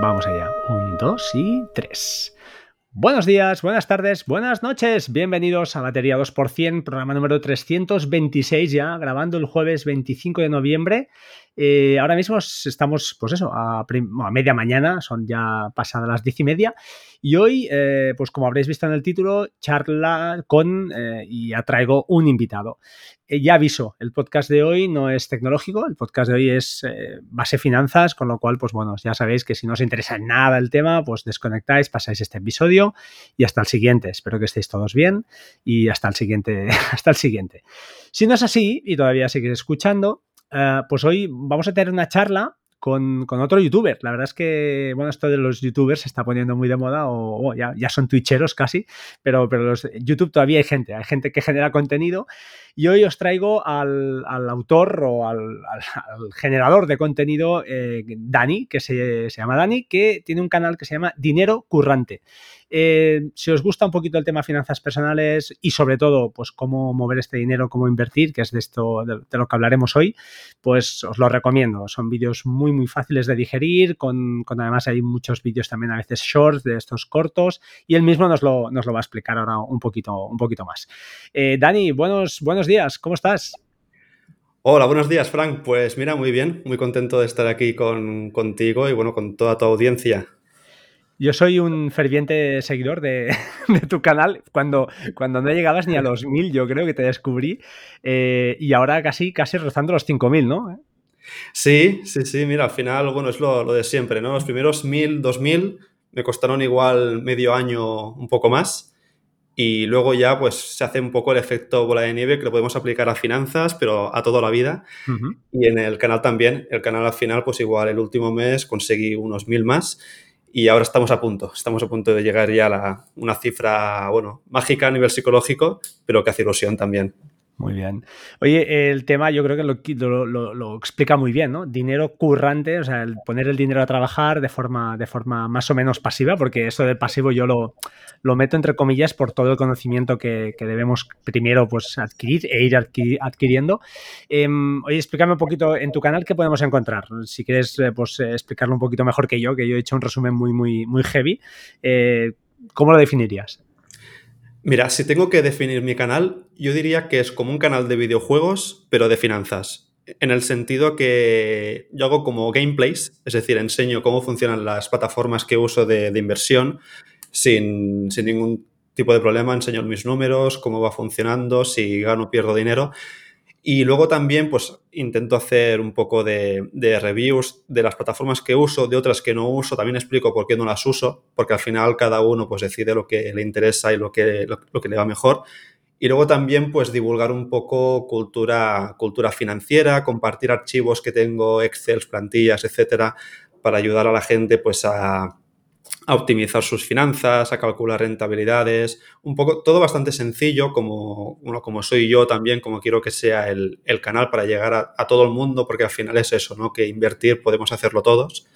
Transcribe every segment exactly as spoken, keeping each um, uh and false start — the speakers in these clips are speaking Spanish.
Vamos allá. Un, dos y tres. Buenos días, buenas tardes, buenas noches. Bienvenidos a Batería dos por ciento, programa número trescientos veintiséis ya, grabando el jueves veinticinco de noviembre. Eh, ahora mismo estamos, pues eso, a, prim- a media mañana, son ya pasadas las diez y media. Y hoy, eh, pues como habréis visto en el título, charla con eh, y atraigo un invitado. Eh, ya aviso, el podcast de hoy no es tecnológico, el podcast de hoy es eh, base finanzas, con lo cual, pues bueno, ya sabéis que si no os interesa nada el tema, pues desconectáis, pasáis este episodio y hasta el siguiente. Espero que estéis todos bien y hasta el siguiente, hasta el siguiente. Si no es así y todavía seguís escuchando, uh, pues hoy vamos a tener una charla con, con otro youtuber. La verdad es que, bueno, esto de los youtubers se está poniendo muy de moda o, o ya, ya son twitcheros casi, pero, pero los YouTube todavía hay gente, hay gente que genera contenido y hoy os traigo al, al autor o al, al, al generador de contenido, eh, Dani, que se, se llama Dani, que tiene un canal que se llama Dinero Currante. Eh, si os gusta un poquito el tema finanzas personales y sobre todo pues cómo mover este dinero, cómo invertir, que es de esto de, de lo que hablaremos hoy, pues os lo recomiendo. Son vídeos muy muy fáciles de digerir, con, con además hay muchos vídeos también a veces shorts de estos cortos y él mismo nos lo, nos lo va a explicar ahora un poquito, un poquito más. Eh, Dani, buenos, buenos días, ¿cómo estás? Hola, buenos días, Frank. Pues mira, muy bien, muy contento de estar aquí con, contigo y bueno, con toda tu audiencia. Yo soy un ferviente seguidor de, de tu canal. Cuando, cuando no llegabas ni a los mil, yo creo que te descubrí. Eh, y ahora casi, casi rozando los cinco mil, ¿no? Sí, sí, sí, mira, al final, bueno, es lo, lo de siempre, ¿no? Los primeros mil, dos mil me costaron igual medio año, un poco más. Y luego ya, pues, se hace un poco el efecto bola de nieve que lo podemos aplicar a finanzas, pero a toda la vida. Uh-huh. Y en el canal también. El canal al final, pues igual el último mes conseguí unos mil más y ahora estamos a punto. Estamos a punto de llegar ya a la, una cifra, bueno, mágica a nivel psicológico, pero que hace ilusión también. Muy bien. Oye, el tema yo creo que lo, lo, lo, lo explica muy bien, ¿no? Dinero currante, o sea, el poner el dinero a trabajar de forma, de forma más o menos pasiva, porque eso del pasivo yo lo, lo meto entre comillas por todo el conocimiento que, que debemos primero pues adquirir e ir adquiri- adquiriendo. Eh, oye, explícame un poquito en tu canal qué podemos encontrar. Si quieres, eh, pues eh, explicarlo un poquito mejor que yo, que yo he hecho un resumen muy, muy, muy heavy. Eh, ¿Cómo lo definirías? Mira, si tengo que definir mi canal, yo diría que es como un canal de videojuegos, pero de finanzas. En el sentido que yo hago como gameplays, es decir, enseño cómo funcionan las plataformas que uso de, de inversión sin, sin ningún tipo de problema. Enseño mis números, cómo va funcionando, si gano o pierdo dinero. Y luego también, pues, intento hacer un poco de, de reviews de las plataformas que uso, de otras que no uso. También explico por qué no las uso, porque al final cada uno, pues, decide lo que le interesa y lo que, lo, lo que le va mejor. Y luego también, pues, divulgar un poco cultura, cultura financiera, compartir archivos que tengo, Excel, plantillas, etcétera, para ayudar a la gente, pues, a a optimizar sus finanzas, a calcular rentabilidades, un poco, todo bastante sencillo, como, bueno, como soy yo también, como quiero que sea el, el canal para llegar a, a todo el mundo, porque al final es eso, ¿no? Que invertir podemos hacerlo todos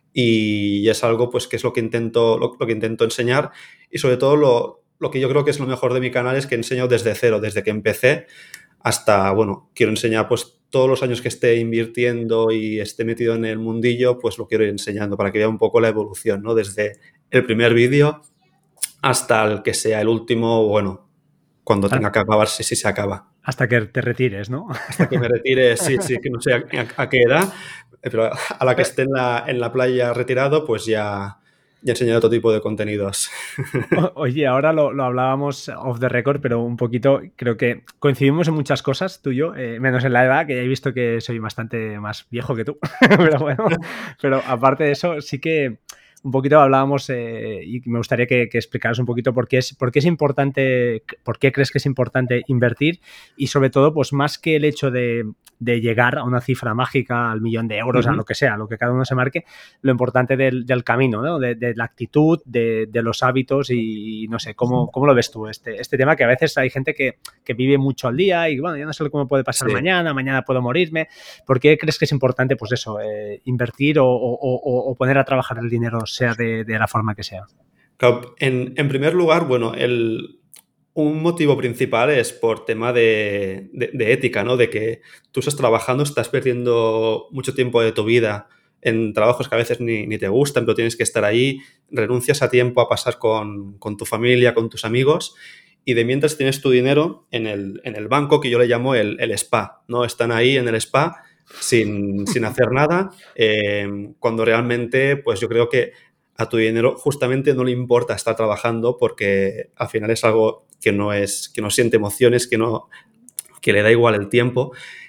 y es algo pues que es lo que intento, lo, lo que intento enseñar y sobre todo lo, lo que yo creo que es lo mejor de mi canal es que enseño desde cero, desde que empecé hasta, bueno, quiero enseñar pues todos los años que esté invirtiendo y esté metido en el mundillo, pues lo quiero ir enseñando para que vea un poco la evolución, ¿no? Desde el primer vídeo hasta el que sea el último, bueno, cuando tenga que acabar, si sí, sí se acaba. Hasta que te retires, ¿no? Hasta que me retire, sí, sí, que no sé a, a, a qué edad, pero a la que esté en la, en la playa retirado, pues ya, ya enseñaré otro tipo de contenidos. Oye, ahora lo, lo hablábamos off the record, pero un poquito, creo que coincidimos en muchas cosas, tú y yo, eh, menos en la edad, que ya he visto que soy bastante más viejo que tú, pero bueno, pero aparte de eso, sí que un poquito hablábamos eh, y me gustaría que, que explicaras un poquito por qué, es, por qué es importante, por qué crees que es importante invertir y sobre todo, pues más que el hecho de, de llegar a una cifra mágica, al millón de euros, a Uh-huh. lo que sea, a lo que cada uno se marque, lo importante del, del camino, ¿no? De, de la actitud, de, de los hábitos y, y no sé, ¿cómo, ¿cómo lo ves tú? Este, este tema que a veces hay gente que, que vive mucho al día y bueno, ya no sé cómo puede pasar Sí. mañana, mañana puedo morirme. ¿Por qué crees que es importante, pues eso, eh, invertir o, o, o, o poner a trabajar el dinero, sea de, de la forma que sea? Claro, en, en primer lugar, bueno, el, un motivo principal es por tema de, de, de ética, ¿no? De que tú estás trabajando, estás perdiendo mucho tiempo de tu vida en trabajos que a veces ni, ni te gustan, pero tienes que estar ahí, renuncias a tiempo a pasar con, con tu familia, con tus amigos, y de mientras tienes tu dinero en el, en el banco, que yo le llamo el, el spa, ¿no? Están ahí en el spa sin, sin hacer nada, eh, cuando realmente, pues yo creo que a tu dinero justamente no le importa estar trabajando porque al final es algo que no es, que no siente emociones, que no, que le da igual el tiempo.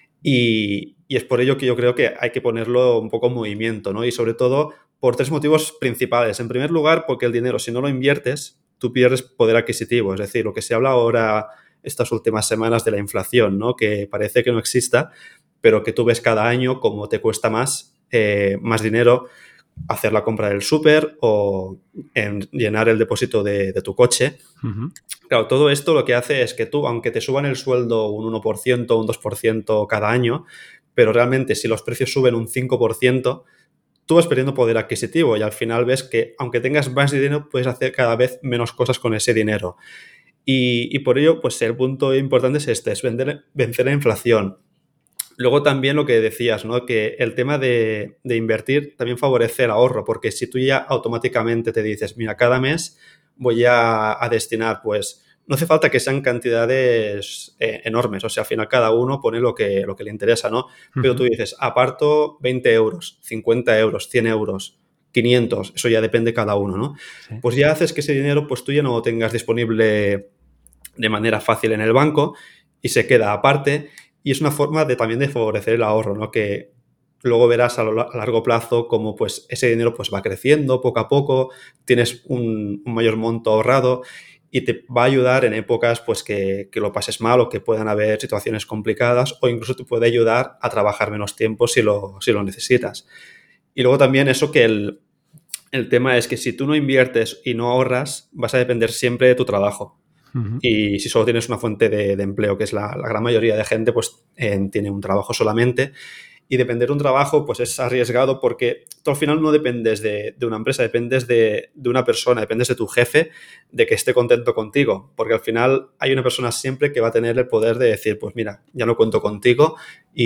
Y, y es por ello que yo creo que hay que ponerlo un poco en movimiento, ¿no? Y sobre todo por tres motivos principales. En primer lugar, porque el dinero, si no lo inviertes, tú pierdes poder adquisitivo. Es decir, lo que se habla ahora estas últimas semanas de la inflación, ¿no? Que parece que no exista, pero que tú ves cada año cómo te cuesta más, eh, más dinero hacer la compra del súper o en llenar el depósito de, de tu coche. Uh-huh. Claro, todo esto lo que hace es que tú, aunque te suban el sueldo un uno por ciento, un dos por ciento cada año, pero realmente si los precios suben un cinco por ciento, tú vas perdiendo poder adquisitivo y al final ves que aunque tengas más dinero, puedes hacer cada vez menos cosas con ese dinero. Y, y por ello, pues el punto importante es este, es vender, vencer la inflación. Luego también lo que decías, ¿no? Que el tema de, de invertir también favorece el ahorro, porque si tú ya automáticamente te dices, mira, cada mes voy a, a destinar, pues no hace falta que sean cantidades eh, enormes, o sea, al final cada uno pone lo que, lo que le interesa, ¿no? Uh-huh. Pero tú dices, aparto veinte euros, cincuenta euros, cien euros, quinientos, eso ya depende cada uno, ¿no? Sí. Pues ya haces que ese dinero, pues tú ya no lo tengas disponible de manera fácil en el banco y se queda aparte. Y es una forma de también de favorecer el ahorro, ¿no? Que luego verás a, lo, a largo plazo cómo pues, ese dinero pues, va creciendo poco a poco, tienes un, un mayor monto ahorrado y te va a ayudar en épocas pues, que, que lo pases mal o que puedan haber situaciones complicadas o incluso te puede ayudar a trabajar menos tiempo si lo, si lo necesitas. Y luego también eso que el, el tema es que si tú no inviertes y no ahorras, vas a depender siempre de tu trabajo. Uh-huh. Y si solo tienes una fuente de, de empleo, que es la, la gran mayoría de gente, pues eh, tiene un trabajo solamente. Y depender de un trabajo, pues es arriesgado porque tú al final no dependes de, de una empresa, dependes de, de una persona, dependes de tu jefe, de que esté contento contigo. Porque al final hay una persona siempre que va a tener el poder de decir, pues mira, ya no cuento contigo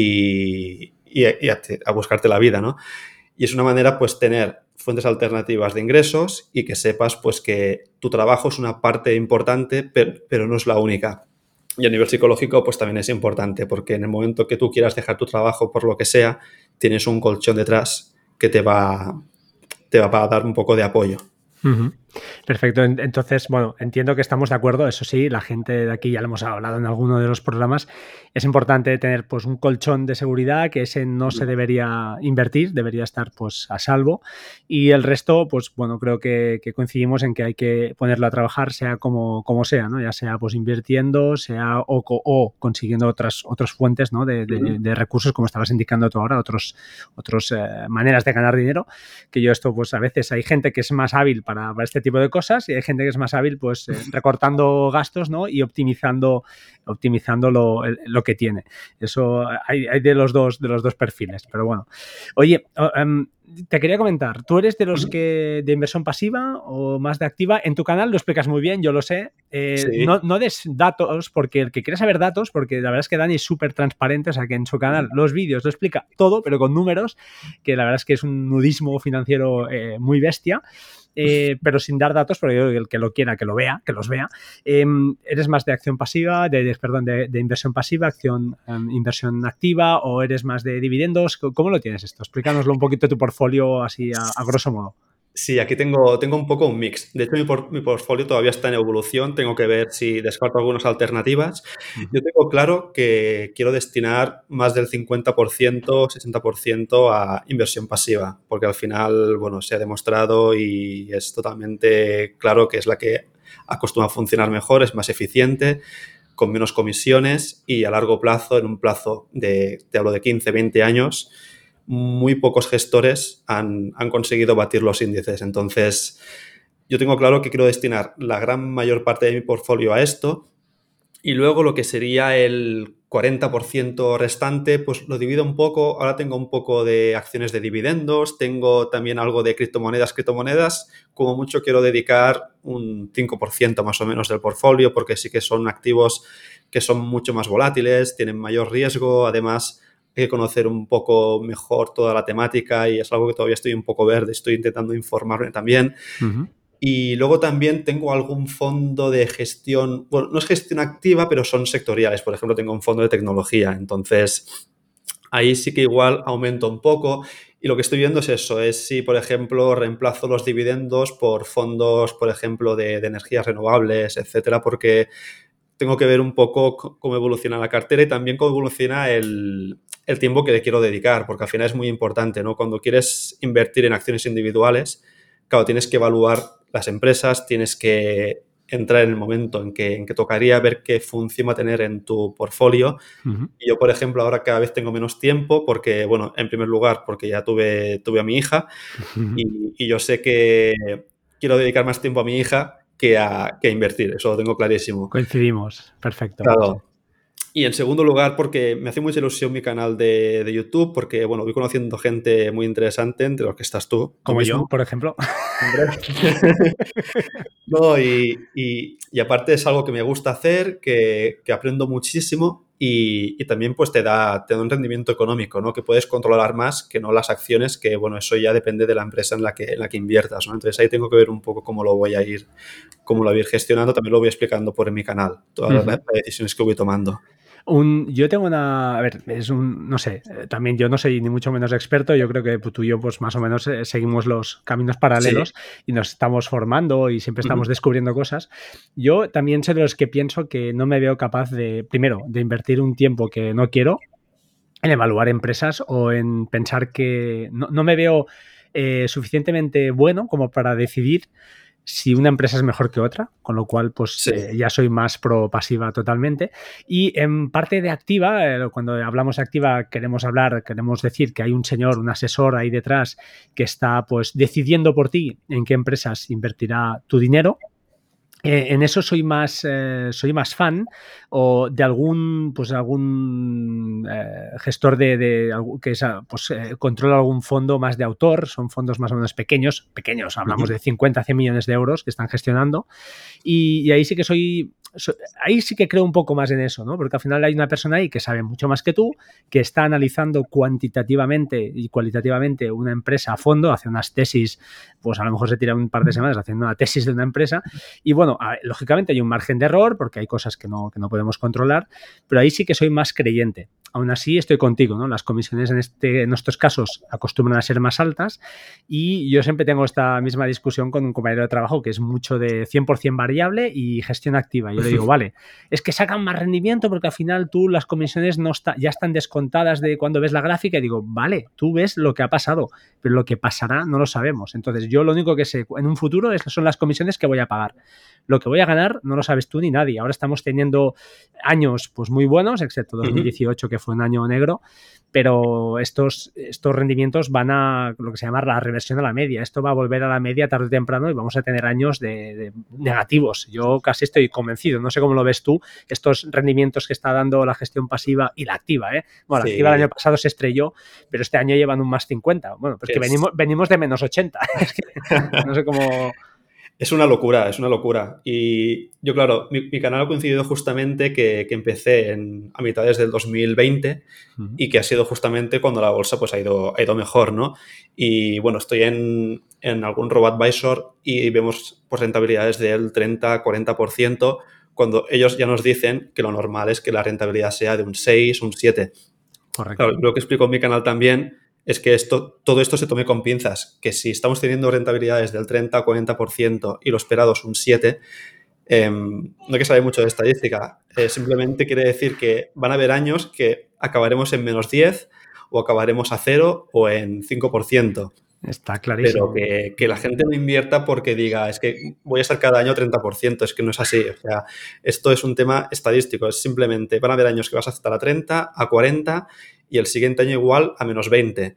y, y, y a, a buscarte la vida, ¿no? Y es una manera, pues, tener fuentes alternativas de ingresos y que sepas, pues, que tu trabajo es una parte importante, pero, pero no es la única. Y a nivel psicológico, pues, también es importante, porque en el momento que tú quieras dejar tu trabajo por lo que sea, tienes un colchón detrás que te va, te va a dar un poco de apoyo. Uh-huh. Perfecto, entonces, bueno, entiendo que estamos de acuerdo, eso sí, la gente de aquí ya lo hemos hablado en alguno de los programas, es importante tener pues un colchón de seguridad, que ese no se debería invertir, debería estar pues a salvo, y el resto, pues bueno, creo que, que coincidimos en que hay que ponerlo a trabajar sea como, como sea, ¿no? Ya sea pues invirtiendo, sea o, o consiguiendo otras, otras fuentes, ¿no? de, de, de recursos, como estabas indicando tú ahora, otros, otros eh, maneras de ganar dinero, que yo esto pues a veces hay gente que es más hábil para, para este tipo de cosas y hay gente que es más hábil pues eh, recortando gastos, ¿no? Y optimizando, optimizando lo, lo que tiene. Eso hay, hay de los dos de los dos perfiles, pero bueno. Oye, um, te quería comentar, ¿tú eres de los que de inversión pasiva o más de activa? En tu canal lo explicas muy bien, yo lo sé. Eh, sí. no, no des datos, porque el que quiere saber datos, porque la verdad es que Dani es súper transparente, o sea que en su canal los vídeos lo explica todo, pero con números, que la verdad es que es un nudismo financiero eh, muy bestia. Eh, pero sin dar datos, porque yo, el que lo quiera, que lo vea, que los vea. Eh, ¿Eres más de acción pasiva, de, de perdón, de, de inversión pasiva, acción, um, inversión activa, o eres más de dividendos? ¿Cómo lo tienes esto? Explícanoslo un poquito tu portfolio así a, a grosso modo. Sí, aquí tengo, tengo un poco un mix. De hecho, mi, por, mi portfolio todavía está en evolución. Tengo que ver si descarto algunas alternativas. Uh-huh. Yo tengo claro que quiero destinar más del cincuenta por ciento, sesenta por ciento a inversión pasiva, porque al final, bueno, se ha demostrado y es totalmente claro que es la que acostumbra a funcionar mejor, es más eficiente, con menos comisiones y a largo plazo, en un plazo de, te hablo de quince, veinte años, muy pocos gestores han, han conseguido batir los índices. Entonces, yo tengo claro que quiero destinar la gran mayor parte de mi portfolio a esto y luego lo que sería el cuarenta por ciento restante, pues lo divido un poco. Ahora tengo un poco de acciones de dividendos, tengo también algo de criptomonedas, criptomonedas. Como mucho quiero dedicar un cinco por ciento más o menos del portfolio porque sí que son activos que son mucho más volátiles, tienen mayor riesgo, además hay que conocer un poco mejor toda la temática y es algo que todavía estoy un poco verde, estoy intentando informarme también. Uh-huh. Y luego también tengo algún fondo de gestión, bueno, no es gestión activa, pero son sectoriales. Por ejemplo, tengo un fondo de tecnología, entonces ahí sí que igual aumento un poco. Y lo que estoy viendo es eso, es si, por ejemplo, reemplazo los dividendos por fondos, por ejemplo, de, de energías renovables, etcétera, porque tengo que ver un poco cómo evoluciona la cartera y también cómo evoluciona el, el tiempo que le quiero dedicar, porque al final es muy importante, ¿no? Cuando quieres invertir en acciones individuales, claro, tienes que evaluar las empresas, tienes que entrar en el momento en que, en que tocaría ver qué función va a tener en tu portfolio. Uh-huh. Y yo, por ejemplo, ahora cada vez tengo menos tiempo porque, bueno, en primer lugar, porque ya tuve, tuve a mi hija Uh-huh. y, y yo sé que quiero dedicar más tiempo a mi hija que a, que a invertir, eso lo tengo clarísimo. Coincidimos, perfecto. Claro. Sí. Y en segundo lugar, porque me hace mucha ilusión mi canal de, de YouTube, porque, bueno, voy conociendo gente muy interesante, entre los que estás tú, tú Como yo, mismo. por ejemplo. No, y, y, y aparte es algo que me gusta hacer, que, que aprendo muchísimo y, y también pues te da, te da un rendimiento económico, ¿no? Que puedes controlar más que no las acciones, que bueno, eso ya depende de la empresa en la que, en la que inviertas, ¿no? Entonces ahí tengo que ver un poco cómo lo voy a ir, cómo lo voy a ir gestionando, también lo voy explicando por mi canal, todas Uh-huh. las decisiones que voy tomando. Un, yo tengo una, a ver, es un, no sé, eh, también yo no soy ni mucho menos experto, yo creo que tú y yo pues más o menos eh, seguimos los caminos paralelos Sí. y nos estamos formando y siempre estamos Uh-huh. descubriendo cosas. Yo también soy de los que pienso que no me veo capaz de, primero, de invertir un tiempo que no quiero en evaluar empresas o en pensar que no, no me veo eh, suficientemente bueno como para decidir si una empresa es mejor que otra, con lo cual pues Sí. eh, ya soy más pro pasiva totalmente. Y en parte de activa, eh, cuando hablamos de activa queremos hablar, queremos decir que hay un señor, un asesor ahí detrás que está pues decidiendo por ti en qué empresas invertirá tu dinero. Eh, en eso soy más, eh, soy más fan o de algún, pues algún eh, gestor de, de que es, pues, eh, controla algún fondo más de autor, son fondos más o menos pequeños, pequeños, hablamos Uh-huh. de cincuenta, cien millones de euros que están gestionando y, y ahí sí que soy, so, ahí sí que creo un poco más en eso, ¿no? Porque al final hay una persona ahí que sabe mucho más que tú, que está analizando cuantitativamente y cualitativamente una empresa a fondo, hace unas tesis, pues a lo mejor se tira un par de semanas haciendo una tesis de una empresa y bueno, a ver, lógicamente hay un margen de error porque hay cosas que no, que no podemos controlar, pero ahí sí que soy más creyente. Aún así estoy contigo, ¿no? Las comisiones en, este, en estos casos acostumbran a ser más altas y yo siempre tengo esta misma discusión con un compañero de trabajo que es mucho de cien por ciento variable y gestión activa. Yo le digo, vale, es que sacan más rendimiento porque al final tú las comisiones no está, ya están descontadas de cuando ves la gráfica y digo, vale, tú ves lo que ha pasado, pero lo que pasará no lo sabemos. Entonces yo lo único que sé en un futuro es, son las comisiones que voy a pagar. Lo que voy a ganar no lo sabes tú ni nadie. Ahora estamos teniendo años pues muy buenos, excepto dos mil dieciocho, uh-huh. que fue un año negro, pero estos, estos rendimientos van a lo que se llama la reversión a la media. Esto va a volver a la media tarde o temprano y vamos a tener años de, de negativos. Yo casi estoy convencido. No sé cómo lo ves tú, estos rendimientos que está dando la gestión pasiva y la activa, ¿eh? Bueno, Sí. La activa el año pasado se estrelló, pero este año llevan un más cincuenta. Bueno, pues es... que venimos, venimos de menos ochenta. Es que no sé cómo... Es una locura, es una locura. Y yo, claro, mi, mi canal ha coincidido justamente que, que empecé en, a mitades del dos mil veinte uh-huh. y que ha sido justamente cuando la bolsa pues, ha, ido, ha ido mejor, ¿no? Y bueno, estoy en, en algún robo-advisor y vemos pues, rentabilidades del treinta a cuarenta por ciento cuando ellos ya nos dicen que lo normal es que la rentabilidad sea de un seis, un siete. Correcto. Claro, lo que explico en mi canal también es que esto, todo esto se tome con pinzas, que si estamos teniendo rentabilidades del treinta a cuarenta por ciento y lo esperado es un siete, eh, no hay que saber mucho de estadística, eh, simplemente quiere decir que van a haber años que acabaremos en menos diez o acabaremos a cero o en cinco por ciento. Está clarísimo. Pero que, que la gente no invierta porque diga, es que voy a estar cada año treinta por ciento, es que no es así. O sea, esto es un tema estadístico, es simplemente, van a haber años que vas a estar a treinta, a cuarenta y el siguiente año igual a menos veinte.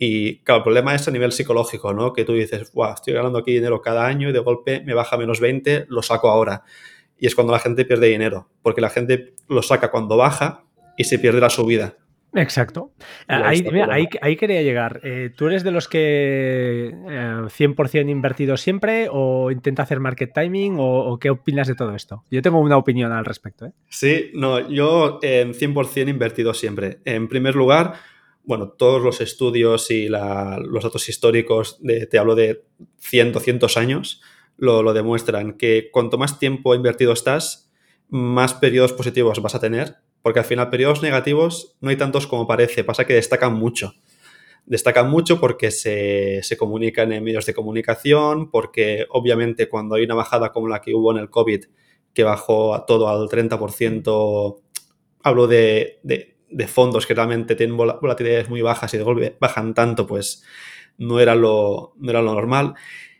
Y claro, el problema es a nivel psicológico, ¿no? Que tú dices, wow, estoy ganando aquí dinero cada año y de golpe me baja a menos veinte, lo saco ahora. Y es cuando la gente pierde dinero, porque la gente lo saca cuando baja y se pierde la subida. Exacto. Ahí, mira, ahí, ahí quería llegar. Eh, ¿Tú eres de los que eh, cien por ciento invertido siempre o intenta hacer market timing o, o qué opinas de todo esto? Yo tengo una opinión al respecto, ¿eh? Sí, no, yo en cien por ciento invertido siempre. En primer lugar, bueno, todos los estudios y la, los datos históricos, de, te hablo de cien, doscientos años, lo, lo demuestran, que cuanto más tiempo invertido estás, más periodos positivos vas a tener, porque al final periodos negativos no hay tantos como parece, pasa que destacan mucho. Destacan mucho porque se, se comunican en medios de comunicación, porque obviamente cuando hay una bajada como la que hubo en el COVID, que bajó a todo al treinta por ciento, hablo de, de, de fondos que realmente tienen volatilidades muy bajas y de golpe bajan tanto, pues no era lo, no era lo normal.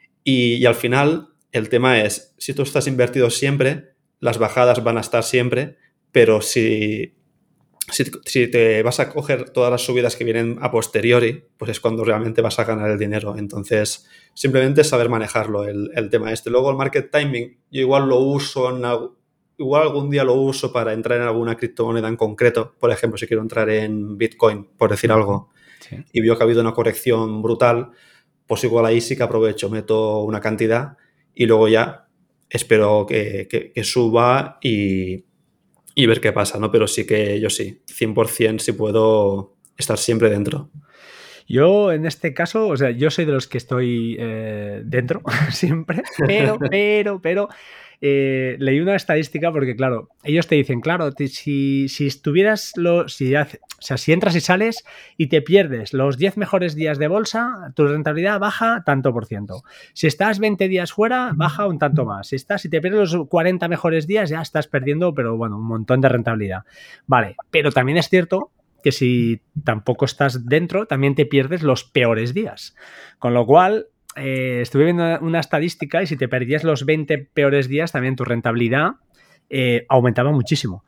Y, y al final el tema es, si tú estás invertido siempre, las bajadas van a estar siempre, pero si... Si, si te vas a coger todas las subidas que vienen a posteriori, pues es cuando realmente vas a ganar el dinero. Entonces, simplemente es saber manejarlo, el, el tema este. Luego, el market timing, yo igual lo uso, en, igual algún día lo uso para entrar en alguna criptomoneda en concreto. Por ejemplo, si quiero entrar en Bitcoin, por decir algo, sí, y veo que ha habido una corrección brutal, pues igual ahí sí que aprovecho, meto una cantidad y luego ya espero que, que, que suba y... y ver qué pasa, ¿no? Pero sí que yo sí, cien por ciento sí puedo estar siempre dentro. Yo, en este caso, o sea, yo soy de los que estoy eh, dentro siempre, pero, pero, pero eh, leí una estadística porque, claro, ellos te dicen, claro, te, si, si estuvieras, lo, si, hace, o sea, si entras y sales y te pierdes los diez mejores días de bolsa, tu rentabilidad baja tanto por ciento. Si estás veinte días fuera, baja un tanto más. Si estás, si te pierdes los cuarenta mejores días, ya estás perdiendo, pero bueno, un montón de rentabilidad. Vale, pero también es cierto que si tampoco estás dentro, también te pierdes los peores días. Con lo cual, eh, estuve viendo una estadística y si te perdías los veinte peores días, también tu rentabilidad eh, aumentaba muchísimo.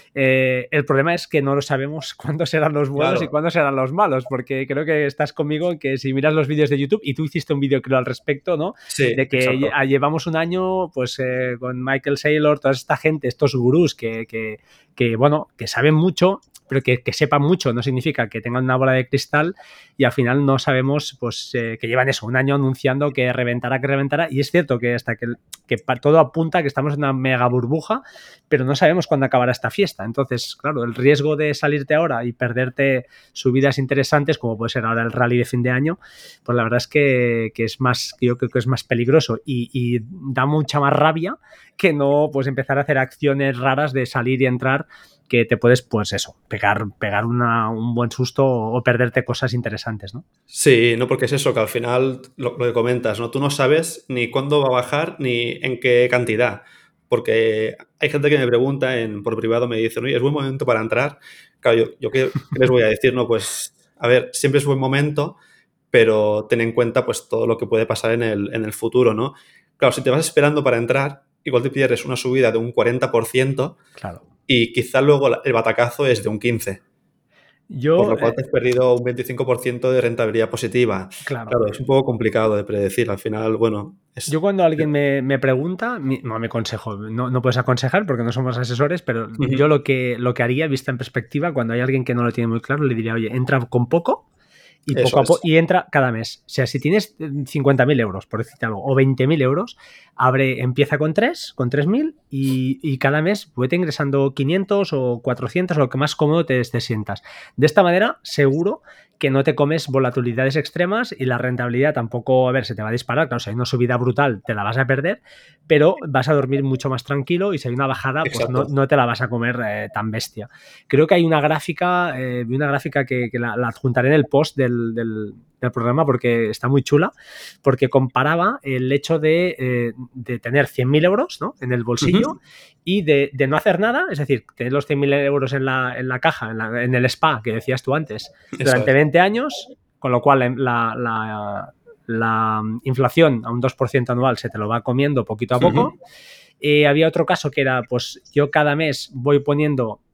Eh, el problema es que no lo sabemos cuándo serán los buenos claro. y cuándo serán los malos, porque creo que estás conmigo en que si miras los vídeos de YouTube, y tú hiciste un vídeo creo al respecto, ¿no? Sí, de que exacto. Llevamos un año pues eh, con Michael Saylor, toda esta gente, estos gurús que, que, que bueno, que saben mucho, pero que, que sepan mucho no significa que tengan una bola de cristal y al final no sabemos pues eh, que llevan eso, un año anunciando que reventará, que reventará, y es cierto que hasta que, que todo apunta que estamos en una mega burbuja, pero no sabemos cuándo acabará esta fiesta. Entonces, claro, el riesgo de salirte ahora y perderte subidas interesantes, como puede ser ahora el rally de fin de año, pues la verdad es que, que es más, yo creo que es más peligroso y, y da mucha más rabia que no pues empezar a hacer acciones raras de salir y entrar, que te puedes, pues eso, pegar, pegar una, un buen susto o perderte cosas interesantes, ¿no? Sí, no, porque es eso, que al final, lo, lo que comentas, ¿no? Tú no sabes ni cuándo va a bajar ni en qué cantidad. Porque hay gente que me pregunta en, por privado, me dicen, oye, ¿es buen momento para entrar? Claro, yo, yo ¿qué, qué les voy a decir? No, pues, a ver, siempre es buen momento, pero ten en cuenta pues todo lo que puede pasar en el, en el futuro, ¿no? Claro, si te vas esperando para entrar, igual te pierdes una subida de un cuarenta por ciento claro. Y quizá luego el batacazo es de un quince por ciento. Yo, por lo cual te has perdido un veinticinco por ciento de rentabilidad positiva. Claro. Claro, es un poco complicado de predecir. Al final, bueno... Es... Yo cuando alguien me, me pregunta, no me aconsejo, no, no puedes aconsejar porque no somos asesores, pero uh-huh. yo lo que, lo que haría, vista en perspectiva, cuando hay alguien que no lo tiene muy claro, le diría, oye, entra con poco y poco Eso a poco y entra cada mes. O sea, si tienes cincuenta mil euros, por decirte algo, o veinte mil euros, abre, empieza con tres, con tres mil y, y cada mes vete ingresando quinientos o cuatrocientos, lo que más cómodo te, te sientas. De esta manera, seguro que no te comes volatilidades extremas y la rentabilidad tampoco, a ver, se te va a disparar. Claro, si hay una subida brutal, te la vas a perder, pero vas a dormir mucho más tranquilo y si hay una bajada, pues no, no te la vas a comer eh, tan bestia. Creo que hay una gráfica, eh, una gráfica que, que la, la adjuntaré en el post del, del, del programa porque está muy chula, porque comparaba el hecho de, eh, de tener cien mil euros, ¿no?, en el bolsillo uh-huh. y de, de no hacer nada, es decir, tener los cien mil euros en la, en la caja, en, la, en el spa que decías tú antes, durante es. veinte años, con lo cual la, la, la inflación a un dos por ciento anual se te lo va comiendo poquito a poco. Uh-huh. Eh, había otro caso que era, pues yo cada mes voy poniendo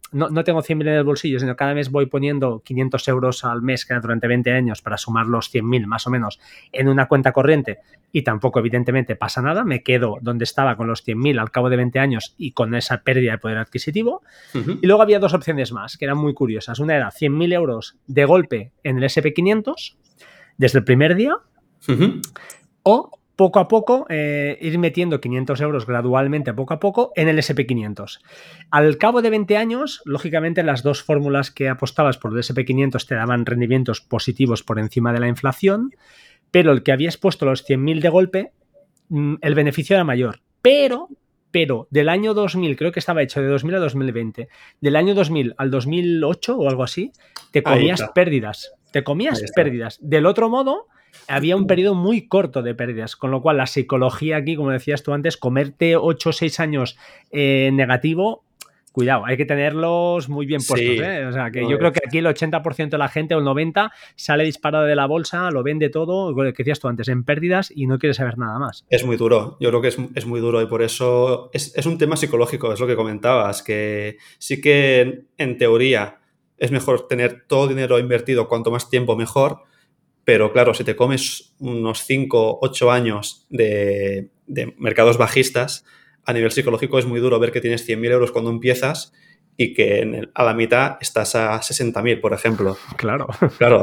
no, no tengo cien mil en el bolsillo, sino cada mes voy poniendo quinientos euros al mes, que durante veinte años, para sumar los cien mil más o menos en una cuenta corriente, y tampoco evidentemente pasa nada, me quedo donde estaba con los cien mil al cabo de veinte años y con esa pérdida de poder adquisitivo. Uh-huh. Y luego había dos opciones más que eran muy curiosas. Una era cien mil euros de golpe en el ese and pe quinientos desde el primer día, uh-huh. o poco a poco eh, ir metiendo quinientos euros gradualmente, poco a poco, en el ese and pe quinientos. Al cabo de veinte años, lógicamente, las dos fórmulas que apostabas por el ese and pe quinientos te daban rendimientos positivos por encima de la inflación, pero el que habías puesto los cien mil de golpe, el beneficio era mayor. Pero, pero del año dos mil, creo que estaba hecho de dos mil a dos mil veinte, del año dos mil al dos mil ocho o algo así, te comías pérdidas. Te comías pérdidas. Del otro modo, había un periodo muy corto de pérdidas, con lo cual la psicología aquí, como decías tú antes, comerte ocho o seis años eh, negativo, cuidado, hay que tenerlos muy bien puestos, sí. ¿eh? O sea, que no yo es. creo que aquí el ochenta por ciento de la gente o el noventa por ciento sale disparado de la bolsa, lo vende todo, lo que decías tú antes, en pérdidas y no quiere saber nada más. Es muy duro, yo creo que es, es muy duro y por eso es, es un tema psicológico, es lo que comentabas, que sí que en, en teoría es mejor tener todo dinero invertido cuanto más tiempo mejor. Pero claro, si te comes unos cinco, ocho años de, de mercados bajistas, a nivel psicológico es muy duro ver que tienes cien mil euros cuando empiezas y que en el, a la mitad estás a sesenta mil, por ejemplo. Claro. Claro.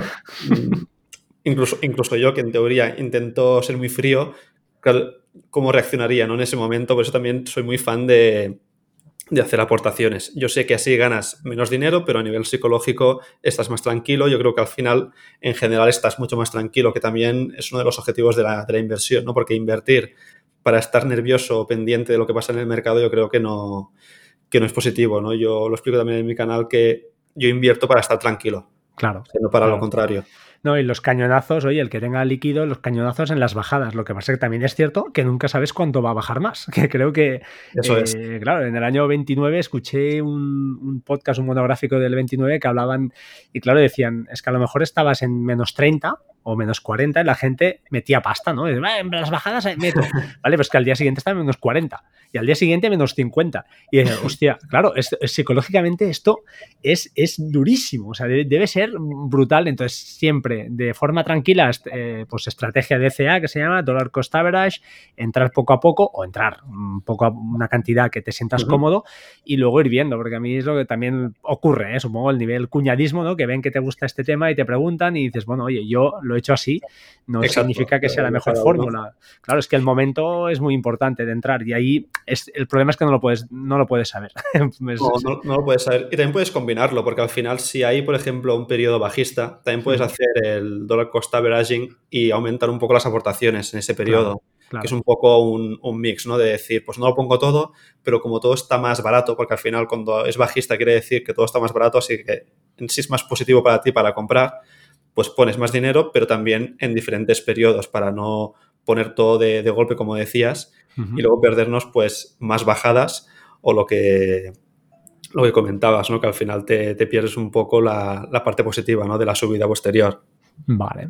Incluso, incluso yo, que en teoría intento ser muy frío, claro, ¿cómo reaccionaría, ¿no? En ese momento? Por eso también soy muy fan de... de hacer aportaciones. Yo sé que así ganas menos dinero, pero a nivel psicológico estás más tranquilo. Yo creo que al final, en general, estás mucho más tranquilo, que también es uno de los objetivos de la, de la inversión, ¿no? Porque invertir para estar nervioso o pendiente de lo que pasa en el mercado, yo creo que no, que no es positivo, ¿no? Yo lo explico también en mi canal, que yo invierto para estar tranquilo. Claro. No para claro. lo contrario. No, y los cañonazos, oye, el que tenga líquido, los cañonazos en las bajadas. Lo que pasa es que también es cierto que nunca sabes cuánto va a bajar más. Que creo que, Eso eh, es. claro, en el año veintinueve escuché un, un podcast, un monográfico del veintinueve que hablaban y, claro, decían, es que a lo mejor estabas en menos treinta o menos cuarenta y la gente metía pasta, ¿no? En las bajadas meto, ¿vale? Pues que al día siguiente está en menos cuarenta y al día siguiente menos cincuenta. Y dije, hostia, claro, es, es, psicológicamente esto es, es durísimo, o sea, debe, debe ser brutal. Entonces, siempre de forma tranquila, eh, pues estrategia D C A, que se llama Dollar Cost Average, entrar poco a poco o entrar un poco a una cantidad que te sientas uh-huh. cómodo y luego ir viendo, porque a mí es lo que también ocurre, ¿eh? Supongo el nivel cuñadismo, ¿no? Que ven que te gusta este tema y te preguntan y dices, bueno, oye, yo lo he hecho así, no Exacto. significa que sea la mejor fórmula. Claro, es que el momento es muy importante de entrar y ahí es, el problema es que no lo puedes, no lo puedes saber. no, no, no lo puedes saber. Y también puedes combinarlo, porque al final si hay, por ejemplo, un periodo bajista, también puedes uh-huh. hacer el dollar cost averaging y aumentar un poco las aportaciones en ese periodo. Claro, claro. Que es un poco un, un mix, ¿no? De decir, pues no lo pongo todo, pero como todo está más barato, porque al final cuando es bajista quiere decir que todo está más barato, así que en sí es más positivo para ti para comprar, pues pones más dinero, pero también en diferentes periodos para no poner todo de, de golpe, como decías, uh-huh. y luego perdernos pues más bajadas o lo que, lo que comentabas, ¿no? Que al final te, te pierdes un poco la, la parte positiva, ¿no? De la subida posterior. Vale.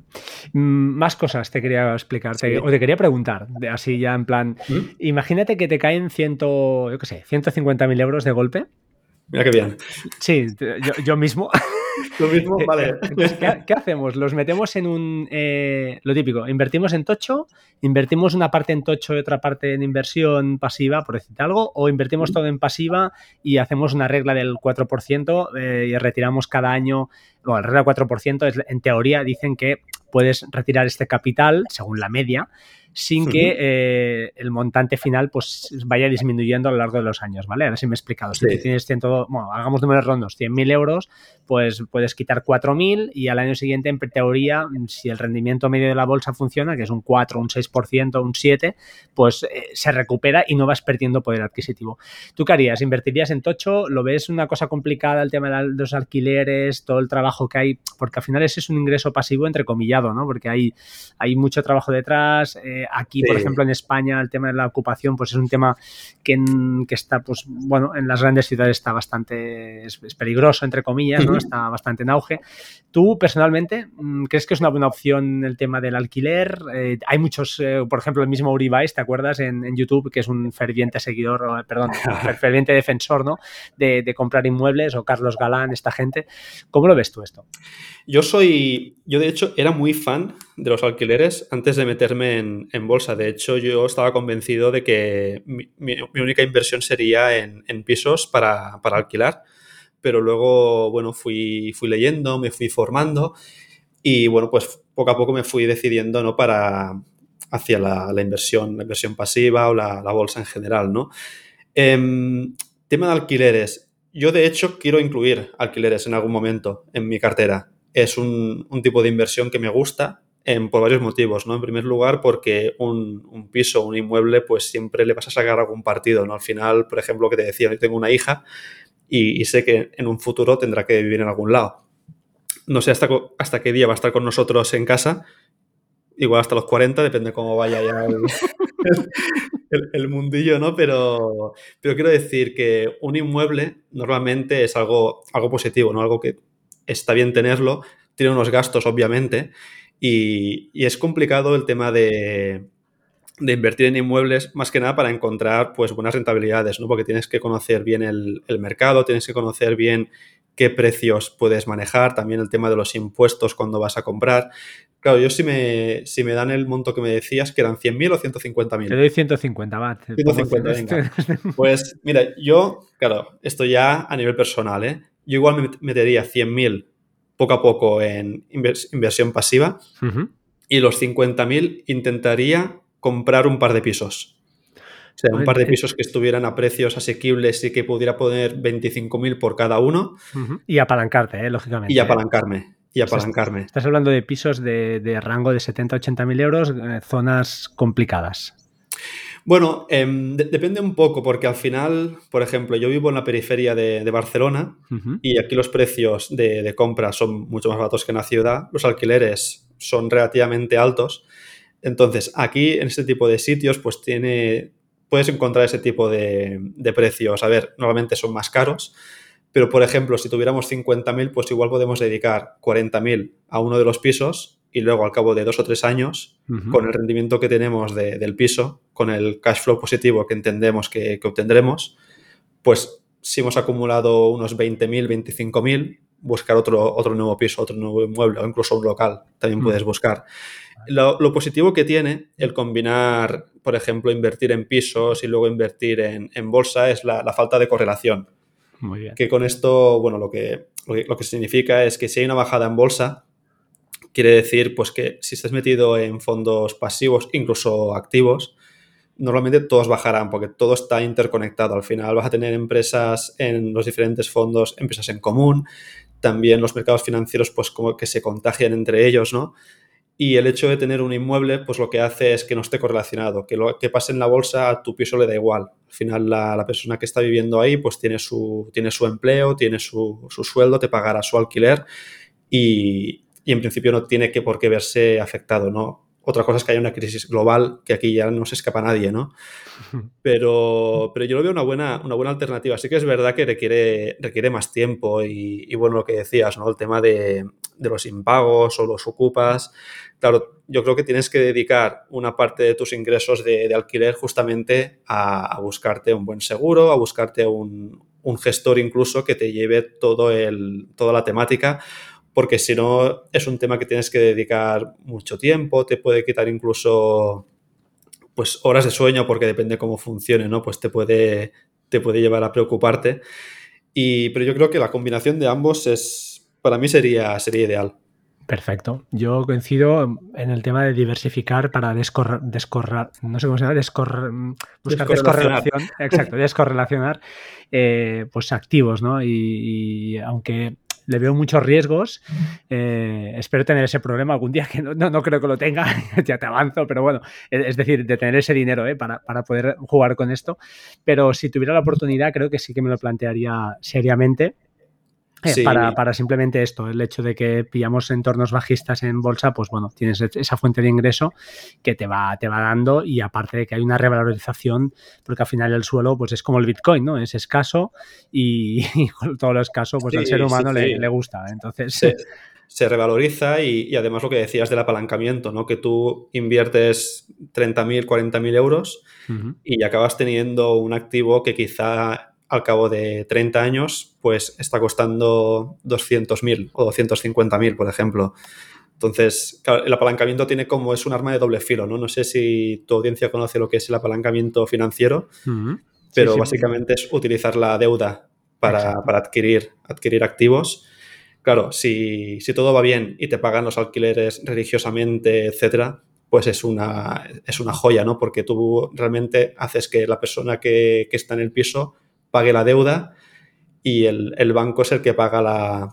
Más cosas te quería explicar, sí. te, o te quería preguntar, así ya en plan, ¿Mm? Imagínate que te caen ciento, yo qué sé, ciento cincuenta mil euros de golpe. Mira qué bien. Sí, yo, yo mismo. Lo mismo, vale. Entonces, ¿qué, ¿qué hacemos? Los metemos en un... Eh, lo típico, invertimos en tocho, invertimos una parte en tocho y otra parte en inversión pasiva, por decirte algo, o invertimos todo en pasiva y hacemos una regla del cuatro por ciento eh, y retiramos cada año... Bueno, la regla del cuatro por ciento es, en teoría dicen que puedes retirar este capital, según la media, sin que eh, el montante final pues vaya disminuyendo a lo largo de los años, ¿vale? Ahora sí me he explicado. Si sí. tú tienes cien, bueno, hagamos números rondos, cien mil euros, pues puedes quitar cuatro mil y al año siguiente, en teoría, si el rendimiento medio de la bolsa funciona, que es un cuatro, un seis por ciento, un siete por ciento, pues eh, se recupera y no vas perdiendo poder adquisitivo. ¿Tú qué harías? ¿Invertirías en tocho? ¿Lo ves una cosa complicada el tema de los alquileres, todo el trabajo que hay? Porque al final ese es un ingreso pasivo entrecomillado, ¿no? Porque hay, hay mucho trabajo detrás, eh, aquí, Sí. por ejemplo, en España, el tema de la ocupación, pues es un tema que, en, que está, pues bueno, en las grandes ciudades está bastante, es, es peligroso, entre comillas, ¿no? Uh-huh. Está bastante en auge. ¿Tú, personalmente, crees que es una buena opción el tema del alquiler? Eh, hay muchos, eh, por ejemplo, el mismo Uri Weiss, ¿te acuerdas? En, en YouTube, que es un ferviente seguidor, perdón, ferviente defensor, ¿no? De, de comprar inmuebles, o Carlos Galán, esta gente. ¿Cómo lo ves tú esto? Yo soy, yo de hecho era muy fan de los alquileres antes de meterme en, en bolsa. De hecho, yo estaba convencido de que mi, mi, mi única inversión sería en, en pisos para, para alquilar. Pero luego, bueno, fui, fui leyendo, me fui formando y, bueno, pues poco a poco me fui decidiendo, ¿no? Para, hacia la, la inversión, la inversión pasiva o la, la bolsa en general, ¿no? Eh, tema de alquileres. Yo, de hecho, quiero incluir alquileres en algún momento en mi cartera. Es un, un tipo de inversión que me gusta eh, por varios motivos, ¿no? En primer lugar, porque un, un piso, un inmueble, pues siempre le vas a sacar algún partido, ¿no? Al final, por ejemplo, lo que te decía, yo tengo una hija y, y sé que en un futuro tendrá que vivir en algún lado. No sé hasta, hasta qué día va a estar con nosotros en casa, igual hasta los cuarenta, depende cómo vaya ya el, el, el mundillo, ¿no? Pero, pero quiero decir que un inmueble normalmente es algo, algo positivo, ¿no? Algo que está bien tenerlo, tiene unos gastos, obviamente, y, y es complicado el tema de, de invertir en inmuebles, más que nada para encontrar, pues, buenas rentabilidades, ¿no? Porque tienes que conocer bien el, el mercado, tienes que conocer bien qué precios puedes manejar, también el tema de los impuestos cuando vas a comprar. Claro, yo si me, si me dan el monto que me decías, que eran cien mil o ciento cincuenta mil. Te doy ciento cincuenta, va. Te ciento pongo cincuenta, cien. venga. Pues mira, yo, claro, esto ya a nivel personal, ¿eh? Yo igual me metería cien mil poco a poco en invers inversión pasiva uh-huh. Y los cincuenta mil intentaría comprar un par de pisos. O sea, un par de pisos que estuvieran a precios asequibles y que pudiera poner veinticinco mil por cada uno. Uh-huh. Y apalancarte, ¿eh? Lógicamente. Y apalancarme. ¿eh? Y apalancarme. Estás hablando de pisos de, de rango de setenta a ochenta mil euros, eh, zonas complicadas. Bueno, eh, de depende un poco, porque al final, por ejemplo, yo vivo en la periferia de, de Barcelona uh-huh. Y aquí los precios de, de compra son mucho más baratos que en la ciudad. Los alquileres son relativamente altos. Entonces, aquí, en este tipo de sitios, pues tiene, puedes encontrar ese tipo de, de precios. A ver, normalmente son más caros, pero, por ejemplo, si tuviéramos cincuenta mil, pues igual podemos dedicar cuarenta mil a uno de los pisos y luego, al cabo de dos o tres años, uh-huh. Con el rendimiento que tenemos de, del piso, con el cash flow positivo que entendemos que, que obtendremos, pues si hemos acumulado unos veinte mil, veinticinco mil, buscar otro, otro nuevo piso, otro nuevo inmueble o incluso un local también uh-huh. Puedes buscar. Lo, lo positivo que tiene el combinar, por ejemplo, invertir en pisos y luego invertir en, en bolsa es la, la falta de correlación. Muy bien. Que con esto, bueno, lo que, lo que, lo que significa es que si hay una bajada en bolsa, quiere decir pues que si estás metido en fondos pasivos, incluso activos, normalmente todos bajarán porque todo está interconectado. Al final vas a tener empresas en los diferentes fondos, empresas en común, también los mercados financieros pues como que se contagian entre ellos, ¿no? Y el hecho de tener un inmueble, pues lo que hace es que no esté correlacionado, que lo que pase en la bolsa a tu piso le da igual. Al final la, la persona que está viviendo ahí pues tiene su, tiene su empleo, tiene su, su sueldo, te pagará su alquiler y, y en principio no tiene que por qué verse afectado, ¿no? Otra cosa es que haya una crisis global, que aquí ya no se escapa nadie, ¿no? Pero, pero yo lo veo una buena, una buena alternativa. Sí que es verdad que requiere, requiere más tiempo y, y, bueno, lo que decías, ¿no? El tema de, de los impagos o los ocupas. Claro, yo creo que tienes que dedicar una parte de tus ingresos de, de alquiler justamente a, a buscarte un buen seguro, a buscarte un, un gestor incluso que te lleve todo el, toda la temática, porque si no es un tema que tienes que dedicar mucho tiempo, te puede quitar incluso pues horas de sueño porque depende cómo funcione, ¿no? Pues te puede, te puede llevar a preocuparte. Y, pero yo creo que la combinación de ambos es, para mí sería, sería ideal. Perfecto. Yo coincido en el tema de diversificar para descorrer, descorrer no sé cómo se llama, descorrer, buscar descorrelación. Exacto, descorrelacionar eh, pues activos, ¿no? Y, y aunque le veo muchos riesgos, eh, espero tener ese problema algún día, que no, no, no creo que lo tenga, ya te avanzo, pero bueno, es decir, de tener ese dinero eh, para, para poder jugar con esto. Pero si tuviera la oportunidad, creo que sí que me lo plantearía seriamente. Sí. Para, para simplemente esto, el hecho de que pillamos entornos bajistas en bolsa, pues bueno, tienes esa fuente de ingreso que te va, te va dando, y aparte de que hay una revalorización, porque al final el suelo pues es como el Bitcoin, ¿no? Es escaso y, y con todo lo escaso pues sí, al ser humano sí, sí. Le, le gusta. Entonces... Se, se revaloriza y, y además lo que decías del apalancamiento, ¿no? Que tú inviertes treinta mil, cuarenta mil euros uh-huh. y acabas teniendo un activo que quizá al cabo de treinta años pues está costando doscientos mil o doscientos cincuenta mil, por ejemplo. Entonces, claro, el apalancamiento tiene como, es un arma de doble filo, ¿no? No sé si tu audiencia conoce lo que es el apalancamiento financiero, uh-huh. pero sí, sí, básicamente sí. es utilizar la deuda para, para adquirir, adquirir activos. Claro, si, si todo va bien y te pagan los alquileres religiosamente, etcétera, pues es una, es una joya, ¿no? Porque tú realmente haces que la persona que, que está en el piso pague la deuda y el, el banco es el que paga la,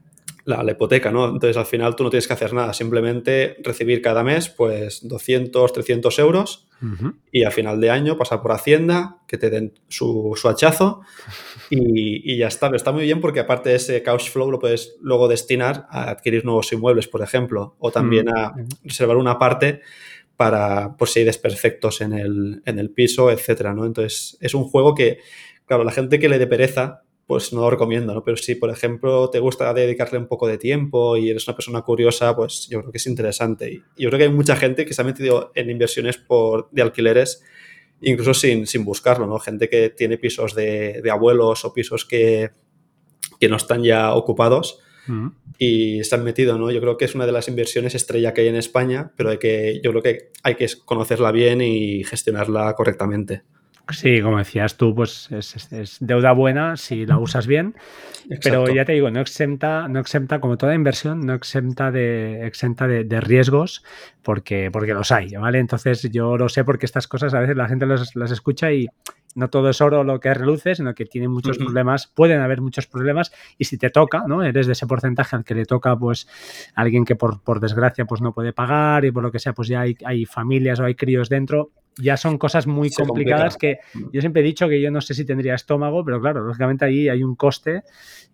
la, la hipoteca, ¿no? Entonces, al final tú no tienes que hacer nada, simplemente recibir cada mes, pues, doscientos, trescientos euros uh-huh. y a final de año pasar por Hacienda, que te den su, su hachazo y, y ya está. Pero está muy bien porque aparte de ese cash flow lo puedes luego destinar a adquirir nuevos inmuebles, por ejemplo, o también a reservar una parte para, por si hay desperfectos en el, en el piso, etcétera, ¿no? Entonces, es un juego que, claro, la gente que le dé pereza, pues no lo recomiendo, ¿no? Pero si, por ejemplo, te gusta dedicarle un poco de tiempo y eres una persona curiosa, pues yo creo que es interesante. Y yo creo que hay mucha gente que se ha metido en inversiones por, de alquileres incluso sin, sin buscarlo, ¿no? Gente que tiene pisos de, de abuelos o pisos que, que no están ya ocupados uh-huh. y se han metido, ¿no? Yo creo que es una de las inversiones estrella que hay en España, pero hay que, yo creo que hay que conocerla bien y gestionarla correctamente. Sí, como decías tú, pues es, es, es deuda buena si la usas bien. Exacto. Pero ya te digo, no exenta, no exenta, como toda inversión, no exenta de, exenta de, de riesgos porque, porque los hay, ¿vale? Entonces yo lo sé porque estas cosas a veces la gente las, las escucha y no todo es oro lo que reluce, sino que tiene muchos uh-huh. problemas, pueden haber muchos problemas y si te toca, ¿no? Eres de ese porcentaje al que le toca pues a alguien que por, por desgracia pues no puede pagar y por lo que sea pues ya hay, hay familias o hay críos dentro. Ya son cosas muy Se complicadas complica. Que yo siempre he dicho que yo no sé si tendría estómago, pero claro, lógicamente ahí hay un coste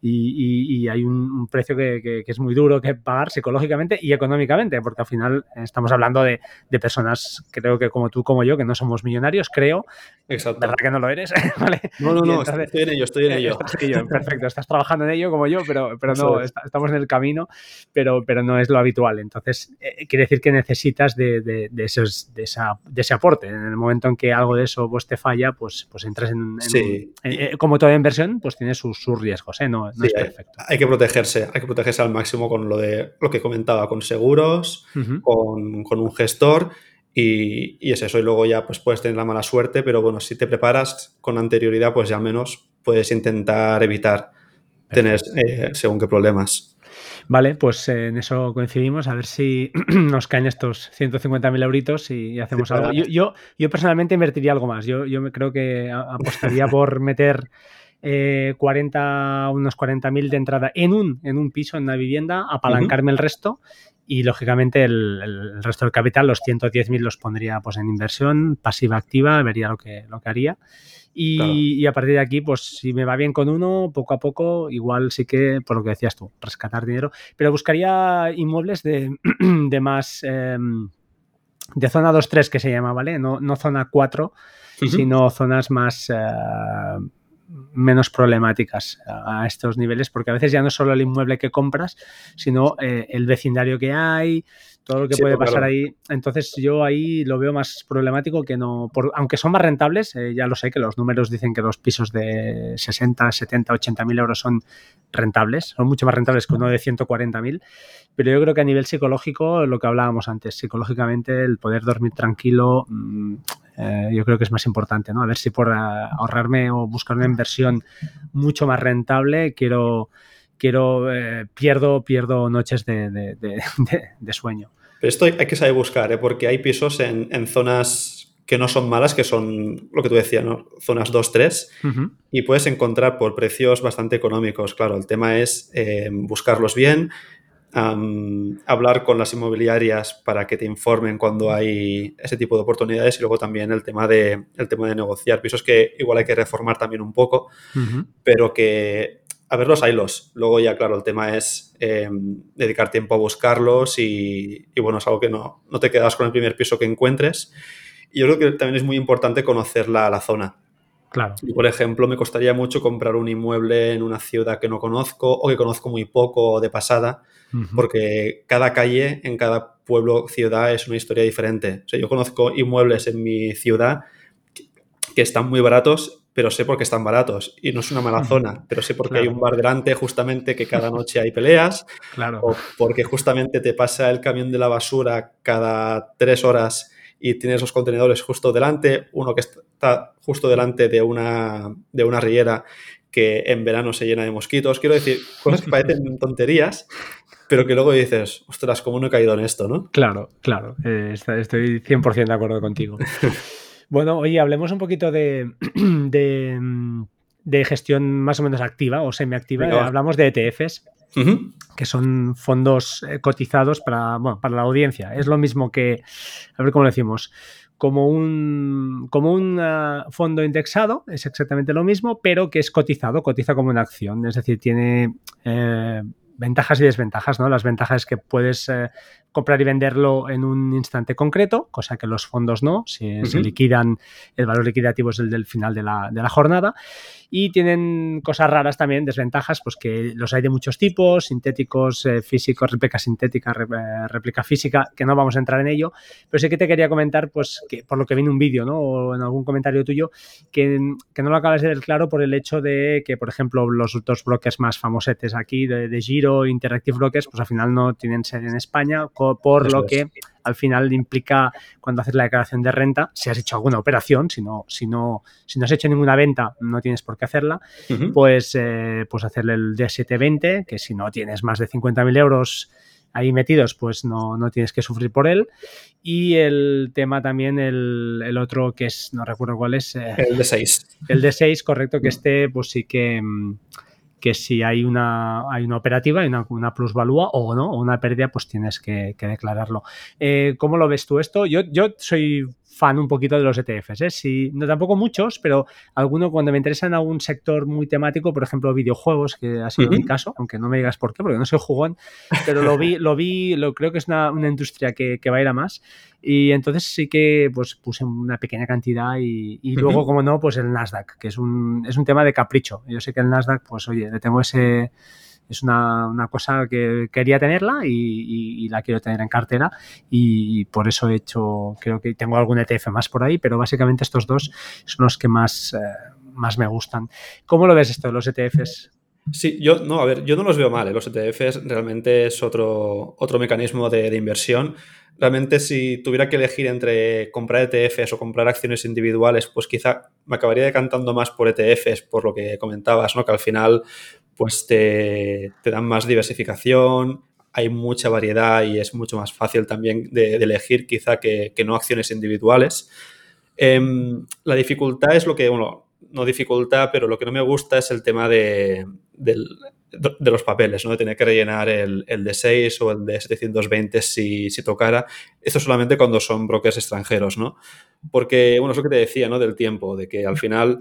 y, y, y hay un, un precio que, que, que es muy duro que pagar psicológicamente y económicamente, porque al final estamos hablando de, de personas, creo que como tú, como yo, que no somos millonarios, creo. Exacto. ¿Verdad que no lo eres? ¿Vale? No, no, no, entonces, estoy en ello, estoy en ello. Estás en ello. Perfecto, estás trabajando en ello como yo, pero, pero no, es. estamos en el camino, pero, pero no es lo habitual. Entonces, eh, quiere decir que necesitas de, de, de, esos, de, esa, de ese aporte. En el momento en que algo de eso pues, te falla, pues, pues entras en, en, sí. en, en como toda inversión, pues tiene sus, sus riesgos, ¿eh? No, no sí, es perfecto. Hay, hay que protegerse, hay que protegerse al máximo con lo de lo que comentaba, con seguros, uh-huh. con, con un gestor. Y, y es eso, y luego ya pues puedes tener la mala suerte, pero bueno, si te preparas con anterioridad, pues ya al menos puedes intentar evitar Perfecto. tener eh, según qué problemas. Vale, pues eh, en eso coincidimos, a ver si nos caen estos ciento cincuenta mil euritos y, y hacemos sí, algo. Yo, yo, yo personalmente invertiría algo más, yo, yo creo que apostaría por meter eh, cuarenta, unos cuarenta mil de entrada en un, en un piso, en una vivienda, apalancarme uh-huh. el resto. Y, lógicamente, el, el resto del capital, los ciento diez mil los pondría pues, en inversión pasiva activa, vería lo que, lo que haría. Y, claro. y a partir de aquí, pues si me va bien con uno, poco a poco, igual sí que, por lo que decías tú, rescatar dinero. Pero buscaría inmuebles de, de más... Eh, de zona dos tres que se llama, ¿vale? No, no zona cuatro, uh-huh. sino zonas más... Eh, menos problemáticas a estos niveles, porque a veces ya no es solo el inmueble que compras, sino eh, el vecindario que hay, todo lo que sí, puede pasar claro. ahí. Entonces yo ahí lo veo más problemático que no, por, aunque son más rentables, eh, ya lo sé que los números dicen que los pisos de sesenta, setenta, ochenta mil euros son rentables, son mucho más rentables que uno de ciento cuarenta mil, pero yo creo que a nivel psicológico, lo que hablábamos antes, psicológicamente el poder dormir tranquilo, mmm, Eh, yo creo que es más importante, ¿no? A ver si por uh, ahorrarme o buscar una inversión mucho más rentable quiero, quiero eh, pierdo, pierdo noches de, de, de, de, de sueño. Pero esto hay, hay que saber buscar, ¿eh? Porque hay pisos en, en zonas que no son malas, que son lo que tú decías, ¿no? Zonas dos tres, uh-huh. y puedes encontrar por precios bastante económicos. Claro, el tema es eh, buscarlos bien, Um, hablar con las inmobiliarias para que te informen cuando hay ese tipo de oportunidades y luego también el tema de, el tema de negociar pisos que igual hay que reformar también un poco, uh-huh. pero que a verlos, haylos. Luego ya, claro, el tema es eh, dedicar tiempo a buscarlos y, y, bueno, es algo que no, no te quedas con el primer piso que encuentres. Y yo creo que también es muy importante conocer la, la zona. Claro. Y, por ejemplo, me costaría mucho comprar un inmueble en una ciudad que no conozco o que conozco muy poco de pasada, uh-huh. porque cada calle en cada pueblo o ciudad es una historia diferente. O sea, yo conozco inmuebles en mi ciudad que, que están muy baratos, pero sé por qué están baratos. Y no es una mala zona, pero sé porque claro. hay un bar delante justamente que cada noche hay peleas, claro. o porque justamente te pasa el camión de la basura cada tres horas y tienes los contenedores justo delante, uno que está justo delante de una, de una riera que en verano se llena de mosquitos. Quiero decir, cosas que parecen tonterías, pero que luego dices, ostras, ¿cómo no he caído en esto, no? Claro, claro, eh, estoy cien por ciento de acuerdo contigo. Bueno, oye, hablemos un poquito de, de, de gestión más o menos activa o semiactiva. Venga, Hablamos de E T Fs. Uh-huh. Que son fondos cotizados para, bueno, para la audiencia. Es lo mismo que, a ver cómo lo decimos, como un, como un uh, fondo indexado, es exactamente lo mismo, pero que es cotizado, cotiza como una acción, es decir, tiene eh, ventajas y desventajas, ¿no? Las ventajas es que puedes eh, comprar y venderlo en un instante concreto, cosa que los fondos no, si uh-huh. se liquidan, el valor liquidativo es el del final de la, de la jornada. Y tienen cosas raras también, desventajas, pues que los hay de muchos tipos, sintéticos, eh, físicos, réplica sintética, rep, eh, réplica física, que no vamos a entrar en ello, pero sí que te quería comentar, pues, que por lo que vi en un vídeo, ¿no? O en algún comentario tuyo, que, que no lo acabas de ver claro por el hecho de que, por ejemplo, los dos brokers más famosetes aquí, de, de Giro, Interactive Brokers, pues al final no tienen sede en España, por Eso lo es. que al final implica cuando haces la declaración de renta, si has hecho alguna operación, si no, si no, si no has hecho ninguna venta, no tienes por qué hacerla, uh-huh. pues, eh, pues hacerle el D setecientos veinte, que si no tienes más de cincuenta mil euros ahí metidos, pues no, no tienes que sufrir por él. Y el tema también, el, el otro que es, no recuerdo cuál es. Eh, el D seis. El D seis, correcto, que este pues sí que... que si hay una, hay una operativa, hay una, una plusvalúa o no, o una pérdida, pues tienes que, que declararlo. Eh, ¿Cómo lo ves tú esto? Yo, yo soy fan un poquito de los E T Fs, ¿eh? Sí, no tampoco muchos, pero alguno cuando me interesa en algún sector muy temático, por ejemplo, videojuegos, que ha sido uh-huh. mi caso, aunque no me digas por qué, porque no soy jugón, pero lo vi, lo vi, lo creo que es una, una industria que, que va a ir a más. Y entonces sí que pues puse una pequeña cantidad y, y uh-huh. luego, como no, pues el Nasdaq, que es un, es un tema de capricho. Yo sé que el Nasdaq, pues oye, le tengo ese... Es una, una cosa que quería tenerla y, y, y la quiero tener en cartera y, y por eso he hecho, creo que tengo algún E T F más por ahí, pero básicamente estos dos son los que más, eh, más me gustan. ¿Cómo lo ves esto de los E T Fs? Sí, yo no, a ver, yo no los veo mal, ¿eh? Los E T Fs realmente es otro, otro mecanismo de, de inversión. Realmente si tuviera que elegir entre comprar E T Fs o comprar acciones individuales, pues quizá me acabaría decantando más por E T Fs, por lo que comentabas, ¿no? Que al final pues te, te dan más diversificación, hay mucha variedad y es mucho más fácil también de, de elegir quizá que, que no acciones individuales. Eh, la dificultad es lo que, bueno, no dificultad, pero lo que no me gusta es el tema de, de, de los papeles, ¿no? De tener que rellenar el, el D seis o el D setecientos veinte si, si tocara. Esto solamente cuando son brokers extranjeros, ¿no? Porque, bueno, es lo que te decía, ¿no? Del tiempo, de que al final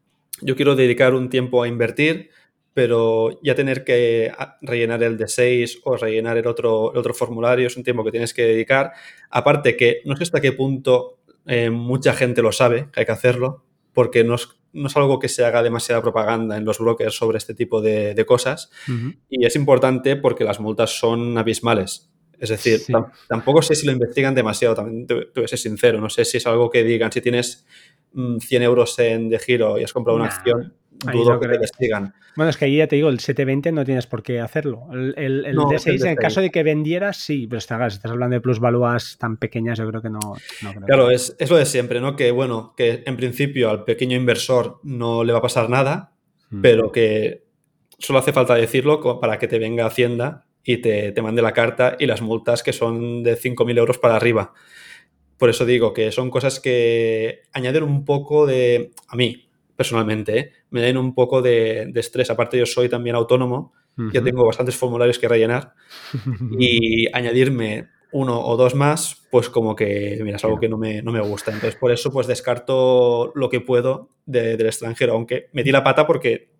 yo quiero dedicar un tiempo a invertir, pero ya tener que rellenar el D seis o rellenar el otro, el otro formulario es un tiempo que tienes que dedicar. Aparte que no sé hasta qué punto eh, mucha gente lo sabe que hay que hacerlo, porque no es, no es algo que se haga demasiada propaganda en los brokers sobre este tipo de, de cosas. Uh-huh. Y es importante porque las multas son abismales. Es decir, sí. t- tampoco sé si lo investigan demasiado, también te, te voy a ser sincero. No sé si es algo que digan, si tienes mmm, cien euros en de giro y has comprado nah, una acción, dudo no que creo. te investigan. Bueno, es que ahí ya te digo, el setecientos veinte no tienes por qué hacerlo. El, el, el no, D seis, el D seis, en caso de que vendieras, sí, pero estás, estás hablando de plusvalúas tan pequeñas, yo creo que no. no creo claro, que... es, es lo de siempre, ¿no? Que, bueno, que en principio al pequeño inversor no le va a pasar nada, hmm. pero que solo hace falta decirlo para que te venga Hacienda y te, te mande la carta y las multas que son de cinco mil euros para arriba. Por eso digo que son cosas que añaden un poco de... A mí, personalmente, ¿eh? me den un poco de, de estrés. Aparte, yo soy también autónomo, uh-huh. ya tengo bastantes formularios que rellenar y añadirme uno o dos más, pues como que, mira, es algo que no me, no me gusta. Entonces, por eso, pues descarto lo que puedo de, del extranjero, aunque metí la pata porque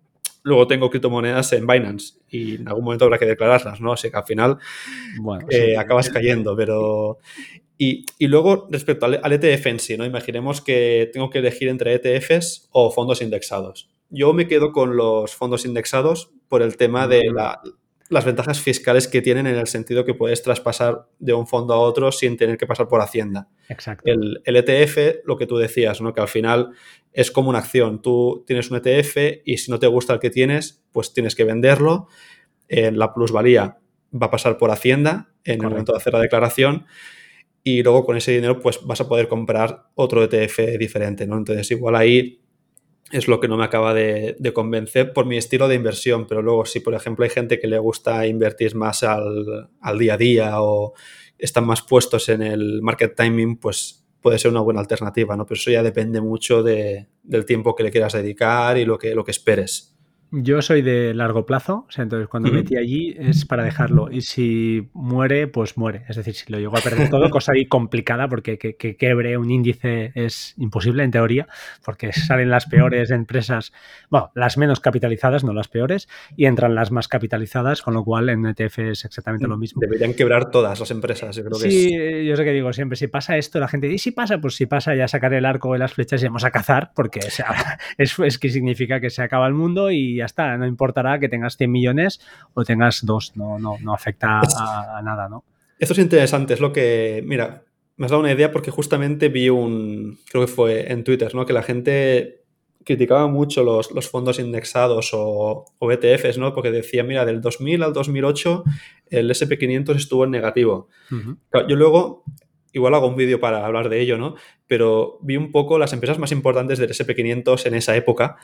luego tengo criptomonedas en Binance y en algún momento habrá que declararlas, ¿no? Así que al final bueno, eh, sí. acabas cayendo, pero... Y, y luego, respecto al, al E T F en sí, ¿no? Imaginemos que tengo que elegir entre E T Fs o fondos indexados. Yo me quedo con los fondos indexados por el tema de la, las ventajas fiscales que tienen, en el sentido que puedes traspasar de un fondo a otro sin tener que pasar por Hacienda. Exacto. El, el E T F, lo que tú decías, ¿no? Que al final es como una acción. Tú tienes un E T F y si no te gusta el que tienes, pues tienes que venderlo. Eh, la plusvalía va a pasar por Hacienda en Correcto. el momento de hacer la declaración. Y luego con ese dinero pues vas a poder comprar otro E T F diferente, ¿no? Entonces igual ahí es lo que no me acaba de, de convencer por mi estilo de inversión, pero luego si por ejemplo hay gente que le gusta invertir más al, al día a día o están más puestos en el market timing, pues puede ser una buena alternativa, ¿no? Pero eso ya depende mucho de, del tiempo que le quieras dedicar y lo que, lo que esperes. Yo soy de largo plazo, o sea, entonces cuando Uh-huh. metí allí es para dejarlo y si muere, pues muere. Es decir, si lo llego a perder todo, cosa ahí complicada porque que, que quebre un índice es imposible en teoría, porque salen las peores empresas, bueno, las menos capitalizadas, no las peores, y entran las más capitalizadas, con lo cual en E T F es exactamente lo mismo. Deberían quebrar todas las empresas, yo creo que Sí, es... yo sé que digo siempre, si pasa esto, la gente dice, ¿y si pasa? Pues si pasa, ya sacaré el arco y las flechas y vamos a cazar, porque o sea, es, es que significa que se acaba el mundo y ya está, no importará que tengas cien millones o tengas dos, no, no, no afecta a, a nada, ¿no? Esto es interesante, es lo que, mira, me has dado una idea porque justamente vi un, creo que fue en Twitter, ¿no? Que la gente criticaba mucho los, los fondos indexados o, o E T Fs, ¿no? Porque decía, mira, del dos mil al dos mil ocho el ese and pe quinientos estuvo en negativo. Uh-huh. Claro, yo luego, igual hago un vídeo para hablar de ello, ¿no? Pero vi un poco las empresas más importantes del ese and pe quinientos en esa época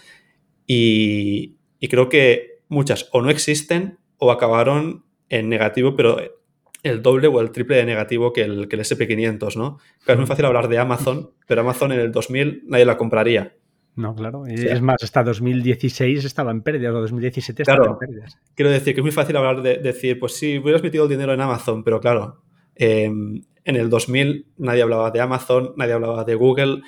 y, y creo que muchas o no existen o acabaron en negativo, pero el doble o el triple de negativo que el, que el ese and pe quinientos, ¿no? Claro, es muy fácil hablar de Amazon, pero Amazon en el dos mil nadie la compraría. No, claro. O sea, Es más, hasta dos mil dieciséis estaba en pérdidas, o dos mil diecisiete estaba en claro, pérdidas. quiero decir que es muy fácil hablar de, de decir, pues sí, hubieras metido el dinero en Amazon, pero claro, eh, en el dos mil nadie hablaba de Amazon, nadie hablaba de Google,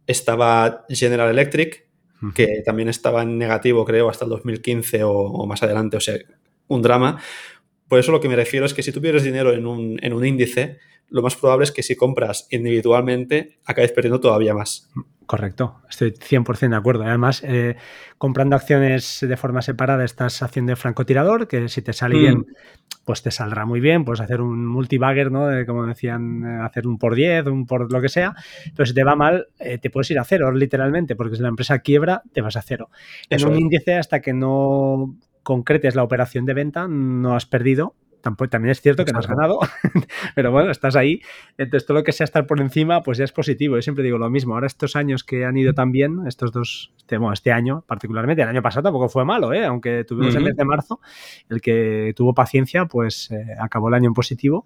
estaba General Electric, Uh-huh. que también estaba en negativo, creo, hasta el dos mil quince o, o más adelante, o sea, un drama. Por eso lo que me refiero es que si tú pierdes dinero en un, en un índice, lo más probable es que si compras individualmente acabes perdiendo todavía más. Correcto, estoy cien por ciento de acuerdo. Además, eh, comprando acciones de forma separada estás haciendo de francotirador, que si te sale Mm. bien, pues te saldrá muy bien. Puedes hacer un multibagger, ¿no? De, como decían, eh, hacer un por diez, un por lo que sea. Pero si te va mal, eh, te puedes ir a cero, literalmente, porque si la empresa quiebra, te vas a cero. En Eso un es. índice, hasta que no concretes la operación de venta, no has perdido. Tampoco, también es cierto que no has ganado, pero bueno, estás ahí. Entonces, todo lo que sea estar por encima, pues ya es positivo. Yo siempre digo lo mismo. Ahora, estos años que han ido tan bien, estos dos, este, bueno, este año particularmente, el año pasado tampoco fue malo, ¿eh? Aunque tuvimos uh-huh. el mes de marzo, el que tuvo paciencia, pues eh, acabó el año en positivo.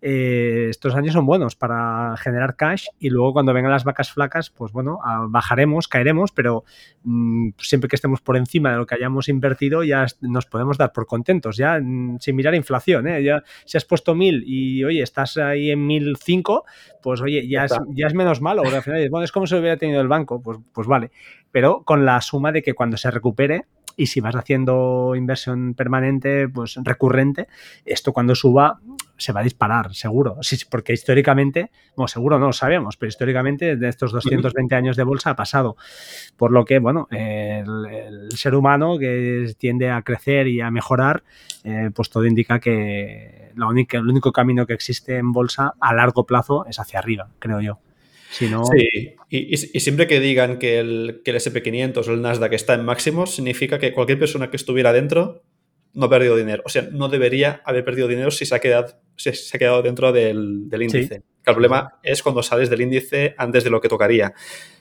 Eh, estos años son buenos para generar cash y luego cuando vengan las vacas flacas, pues bueno, bajaremos, caeremos, pero mmm, siempre que estemos por encima de lo que hayamos invertido, ya nos podemos dar por contentos, ya mmm, sin mirar inflación. ¿eh? Ya, si has puesto mil y oye, estás ahí en mil cinco, pues oye, ya es, ya es menos malo. Al final, bueno, es como si lo hubiera tenido el banco, pues, pues vale. Pero con la suma de que cuando se recupere, y si vas haciendo inversión permanente, pues recurrente, esto cuando suba se va a disparar, seguro. Sí, porque históricamente, bueno, seguro no lo sabemos, pero históricamente de estos doscientos veinte años de bolsa ha pasado. Por lo que, bueno, el, el ser humano que tiende a crecer y a mejorar, eh, pues todo indica que la única, el único camino que existe en bolsa a largo plazo es hacia arriba, creo yo. Si no... Sí, y, y, y siempre que digan que el, que el ese and pe quinientos o el Nasdaq está en máximos, significa que cualquier persona que estuviera dentro no ha perdido dinero. O sea, no debería haber perdido dinero si se ha quedado, si se ha quedado dentro del, del índice. Sí. El problema sí. es cuando sales del índice antes de lo que tocaría.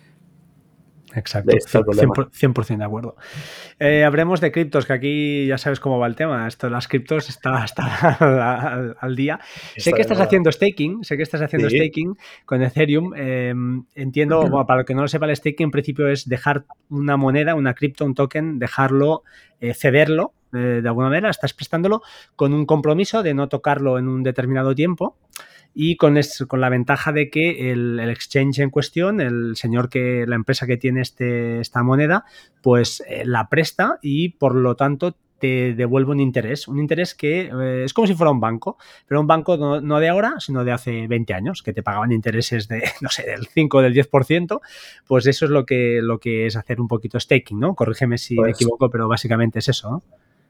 Exacto, cien por ciento de acuerdo. Eh, hablemos de criptos, que aquí ya sabes cómo va el tema. Esto de las criptos está, está al, al día. Está sé que estás nada. haciendo staking, sé que estás haciendo sí. staking con Ethereum. Eh, entiendo, bueno, para el que no lo sepa, el staking en principio es dejar una moneda, una cripto, un token, dejarlo, eh, cederlo, eh, de alguna manera, estás prestándolo con un compromiso de no tocarlo en un determinado tiempo. y con, es, con la ventaja de que el, el exchange en cuestión, el señor que, la empresa que tiene este, esta moneda, pues eh, la presta y por lo tanto te devuelve un interés, un interés que eh, es como si fuera un banco, pero un banco no, no de ahora, sino de hace veinte años, que te pagaban intereses de, no sé, del cinco o del diez por ciento, pues eso es lo que, lo que es hacer un poquito staking, ¿no? Corrígeme si me Pues equivoco, pero básicamente es eso, ¿no?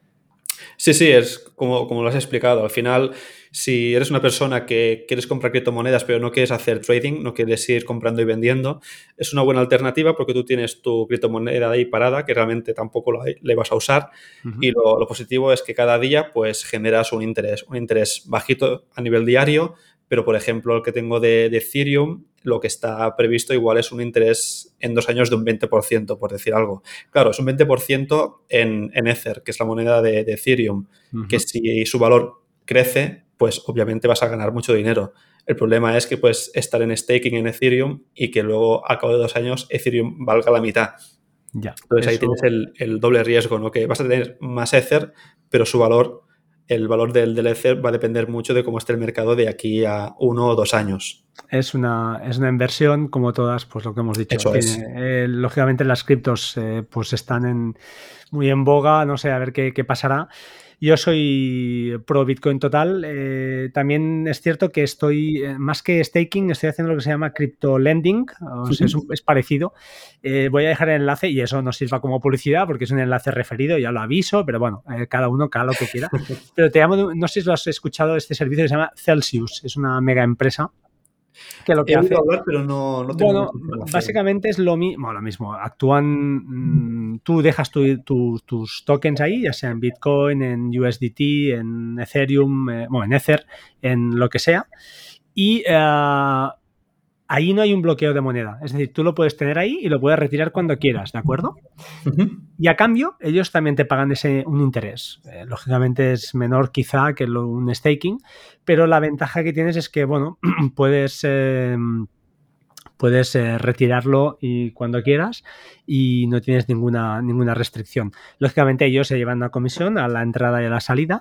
sí, sí, es como, como lo has explicado. Al final, si eres una persona que quieres comprar criptomonedas pero no quieres hacer trading, no quieres ir comprando y vendiendo, es una buena alternativa porque tú tienes tu criptomoneda ahí parada que realmente tampoco la, la vas a usar Uh-huh. y lo, lo positivo es que cada día pues generas un interés, un interés bajito a nivel diario, pero por ejemplo el que tengo de, de Ethereum, lo que está previsto igual es un interés en dos años de un veinte por ciento, por decir algo. Claro, es un veinte por ciento en, en Ether, que es la moneda de, de Ethereum, Uh-huh. que si su valor crece, pues obviamente vas a ganar mucho dinero. El problema es que puedes estar en staking en Ethereum y que luego al cabo de dos años Ethereum valga la mitad. Ya, Entonces ahí eso... tienes el, el doble riesgo, ¿no? Que vas a tener más Ether, pero su valor, el valor del, del Ether va a depender mucho de cómo esté el mercado de aquí a uno o dos años. Es una, es una inversión, como todas, pues lo que hemos dicho. Eso Tiene, es. eh, lógicamente las criptos eh, pues están en, muy en boga, no sé, a ver qué, qué pasará. Yo soy pro Bitcoin total. Eh, también es cierto que estoy, eh, más que staking, estoy haciendo lo que se llama crypto lending, o sea, es, un, es parecido. Eh, voy a dejar el enlace y eso no sirva como publicidad porque es un enlace referido, ya lo aviso, pero bueno, eh, cada uno cada lo que quiera. Pero te llamo, no sé si lo has escuchado, este servicio que se llama Celsius, es una mega empresa que lo que He oído hace, hablar, pero no, no tengo bueno, mucha información. básicamente es lo, mi bueno, lo mismo. Actúan, mmm, tú dejas tu, tu, tus tokens ahí, ya sea en Bitcoin, en U S D T, en Ethereum, eh, bueno, en Ether, en lo que sea, y uh, ahí no hay un bloqueo de moneda. Es decir, tú lo puedes tener ahí y lo puedes retirar cuando quieras, ¿de acuerdo? Uh-huh. Y a cambio, ellos también te pagan ese, un interés. Eh, lógicamente es menor quizá que lo, un staking, pero la ventaja que tienes es que, bueno, puedes... Eh, puedes eh, retirarlo y cuando quieras y no tienes ninguna, ninguna restricción. Lógicamente ellos se llevan una comisión a la entrada y a la salida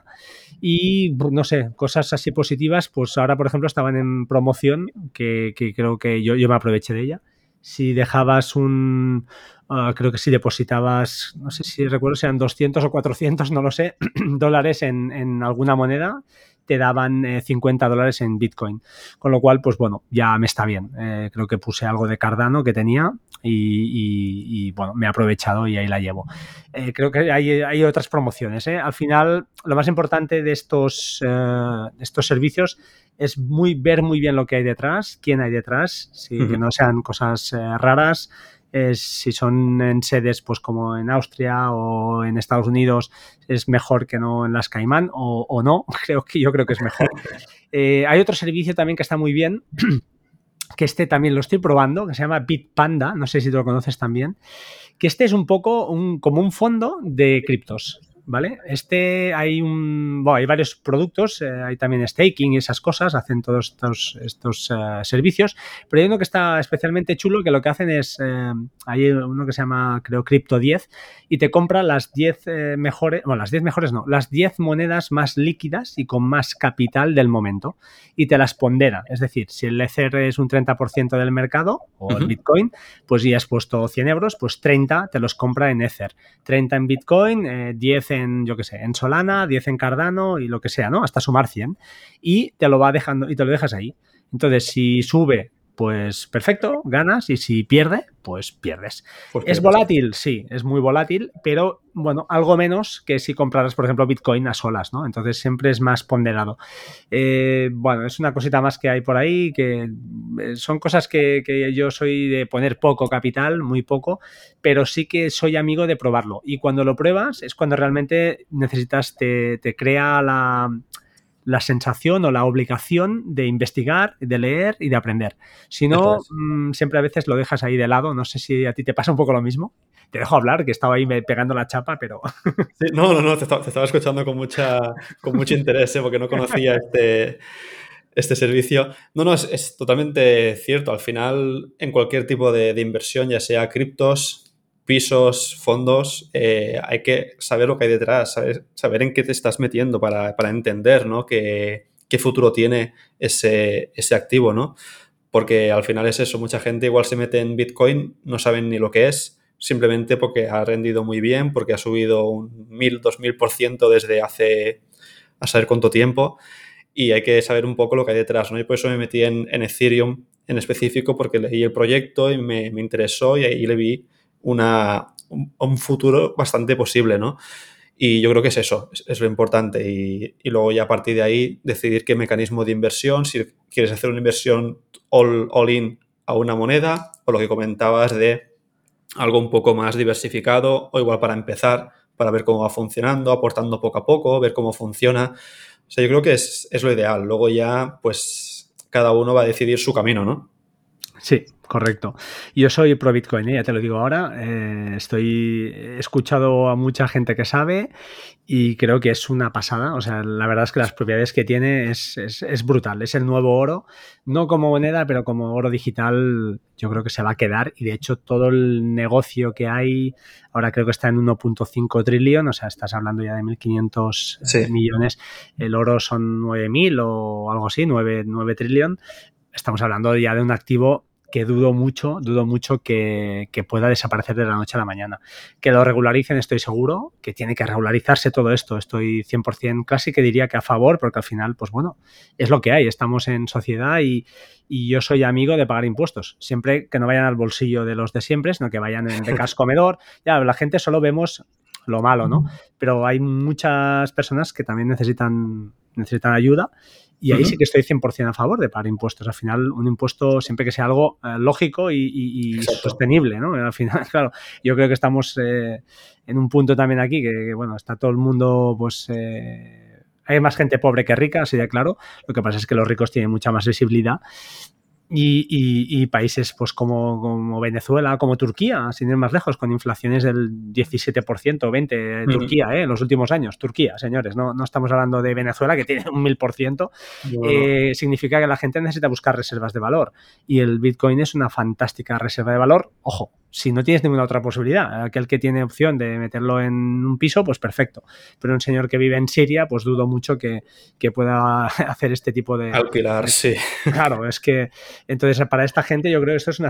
y no sé, cosas así positivas, pues ahora por ejemplo estaban en promoción que, que creo que yo, yo me aproveché de ella. Si dejabas un, uh, creo que si depositabas, no sé si recuerdo si eran doscientos o cuatrocientos, no lo sé, dólares en, en alguna moneda, te daban eh, cincuenta dólares en Bitcoin. Con lo cual, pues bueno, ya me está bien. Eh, creo que puse algo de Cardano que tenía y, y, y bueno, me he aprovechado y ahí la llevo. Eh, creo que hay, hay otras promociones. ¿eh? Al final, lo más importante de estos, eh, de estos servicios es muy, ver muy bien lo que hay detrás, quién hay detrás, sí, uh-huh. que no sean cosas eh, raras. Eh, si son en sedes pues como en Austria o en Estados Unidos, es mejor que no en las Caimán o, o no, creo que yo creo que es mejor. Eh, hay otro servicio también que está muy bien, que este también lo estoy probando, que se llama Bitpanda, no sé si tú lo conoces también, que este es un poco un, como un fondo de criptos. ¿Vale? Este hay un, bueno, hay varios productos, eh, hay también staking y esas cosas, hacen todos estos, estos uh, servicios, pero hay uno que está especialmente chulo que lo que hacen es, eh, hay uno que se llama, creo, Crypto diez y te compra las diez eh, mejores, bueno, las diez mejores no, las diez monedas más líquidas y con más capital del momento y te las pondera, es decir, si el Ether es un treinta por ciento del mercado o uh-huh. el Bitcoin, pues ya has puesto cien euros, pues treinta te los compra en Ether, treinta en Bitcoin, eh, diez en en, yo qué sé, en Solana, diez en Cardano y lo que sea, ¿no? Hasta sumar cien. Y te lo va dejando, y te lo dejas ahí. Entonces, si sube, pues perfecto, ganas, y si pierde, pues pierdes. Pues ¿Es volátil? Sí, es muy volátil, pero bueno, algo menos que si compraras, por ejemplo, Bitcoin a solas, ¿no? Entonces siempre es más ponderado. Eh, bueno, es una cosita más que hay por ahí, que son cosas que, que yo soy de poner poco capital, muy poco, pero sí que soy amigo de probarlo. Y cuando lo pruebas es cuando realmente necesitas, te, te crea la... la sensación o la obligación de investigar, de leer y de aprender. Si no, mmm, siempre a veces lo dejas ahí de lado. No sé si a ti te pasa un poco lo mismo. Te dejo hablar, que estaba ahí pegando la chapa, pero... Sí, no, no, no, te estaba, te estaba escuchando con, mucha, con mucho interés, ¿eh? Porque no conocía este, este servicio. No, no, es, es totalmente cierto. Al final, en cualquier tipo de, de inversión, ya sea criptos, pisos, fondos, eh, hay que saber lo que hay detrás, saber, saber en qué te estás metiendo para, para entender, ¿no? Que, qué futuro tiene ese, ese activo, ¿no? Porque al final es eso, mucha gente igual se mete en Bitcoin, no saben ni lo que es, simplemente porque ha rendido muy bien, porque ha subido un mil, dos mil por ciento desde hace a saber cuánto tiempo, y hay que saber un poco lo que hay detrás, ¿no? Y por eso me metí en, en Ethereum en específico, porque leí el proyecto y me, me interesó y ahí le vi una, un, un futuro bastante posible, ¿no? Y yo creo que es eso, es, es lo importante. Y, y luego ya a partir de ahí decidir qué mecanismo de inversión, si quieres hacer una inversión all, all in a una moneda, o lo que comentabas de algo un poco más diversificado, o igual para empezar, para ver cómo va funcionando, aportando poco a poco, ver cómo funciona. O sea, yo creo que es, es lo ideal. Luego ya, pues, cada uno va a decidir su camino, ¿no? Sí, correcto. Yo soy pro Bitcoin, ¿eh? Ya te lo digo ahora. Eh, estoy, he escuchado a mucha gente que sabe y creo que es una pasada. O sea, la verdad es que las propiedades que tiene es, es, es brutal. Es el nuevo oro, no como moneda, pero como oro digital yo creo que se va a quedar. Y de hecho todo el negocio que hay, ahora creo que está en uno punto cinco trillón, o sea, estás hablando ya de mil quinientos Sí. eh, millones. El oro son nueve mil o algo así, nueve, nueve trillón. Estamos hablando ya de un activo que dudo mucho, dudo mucho que, que pueda desaparecer de la noche a la mañana. Que lo regularicen, estoy seguro, que tiene que regularizarse todo esto. Estoy cien por ciento casi que diría que a favor, porque al final, pues bueno, es lo que hay. Estamos en sociedad y, y yo soy amigo de pagar impuestos. Siempre que no vayan al bolsillo de los de siempre, sino que vayan en becas comedor. Ya, la gente solo vemos lo malo, ¿no? Pero hay muchas personas que también necesitan, necesitan ayuda. Y ahí uh-huh. sí que estoy cien por ciento a favor de pagar impuestos. Al final, un impuesto siempre que sea algo eh, lógico y, y, y sostenible, ¿no? Al final, claro, yo creo que estamos eh, en un punto también aquí que, que, bueno, está todo el mundo, pues... Eh, hay más gente pobre que rica, así de claro. Lo que pasa es que los ricos tienen mucha más visibilidad. Y, y, y países pues como, como Venezuela, como Turquía, sin ir más lejos, con inflaciones del diecisiete por ciento, veinte por ciento, uh-huh. Turquía, ¿eh? En los últimos años, Turquía, señores, no, no estamos hablando de Venezuela, que tiene un mil por ciento, eh, significa que la gente necesita buscar reservas de valor, y el Bitcoin es una fantástica reserva de valor. Ojo, si no tienes ninguna otra posibilidad, aquel que tiene opción de meterlo en un piso, pues perfecto, pero un señor que vive en Siria, pues dudo mucho que, que pueda hacer este tipo de... Alquilar, de, sí. Claro, es que entonces para esta gente yo creo que esto es una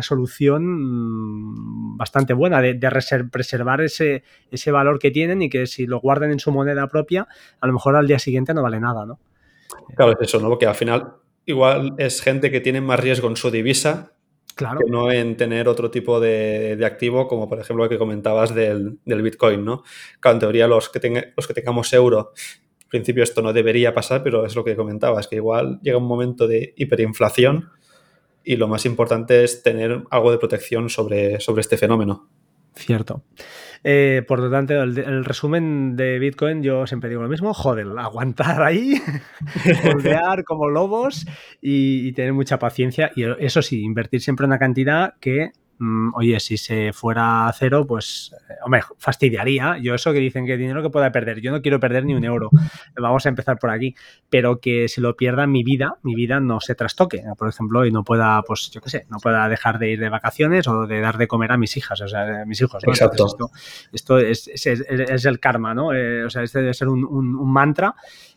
solución bastante buena de, de reser- preservar ese, ese valor que tienen, y que si lo guardan en su moneda propia, a lo mejor al día siguiente no vale nada, ¿no? Claro, es eso, ¿no? Porque al final igual es gente que tiene más riesgo en su divisa, claro, que no en tener otro tipo de, de activo, como por ejemplo lo que comentabas del, del Bitcoin, ¿no? Claro, en teoría los que, tenga, los que tengamos euro, en principio esto no debería pasar, pero es lo que comentabas, que igual llega un momento de hiperinflación y lo más importante es tener algo de protección sobre, sobre este fenómeno. Cierto. Eh, por lo tanto, el, el resumen de Bitcoin, yo siempre digo lo mismo: joder, aguantar ahí, holdear como lobos y, y tener mucha paciencia. Y eso sí, invertir siempre una cantidad que, mmm, oye, si se fuera a cero, pues, eh, hombre, fastidiaría. Yo eso que dicen que dinero que pueda perder, yo no quiero perder ni un euro. Vamos a empezar por aquí. Pero que si lo pierda, mi vida, mi vida no se trastoque, por ejemplo, y no pueda, pues, yo qué sé, no pueda dejar de ir de vacaciones o de dar de comer a mis hijas, o sea, a mis hijos, ¿no? Exacto. Entonces, esto, esto es, es, es, es el karma, ¿no? Eh, o sea, este debe ser un, un, un mantra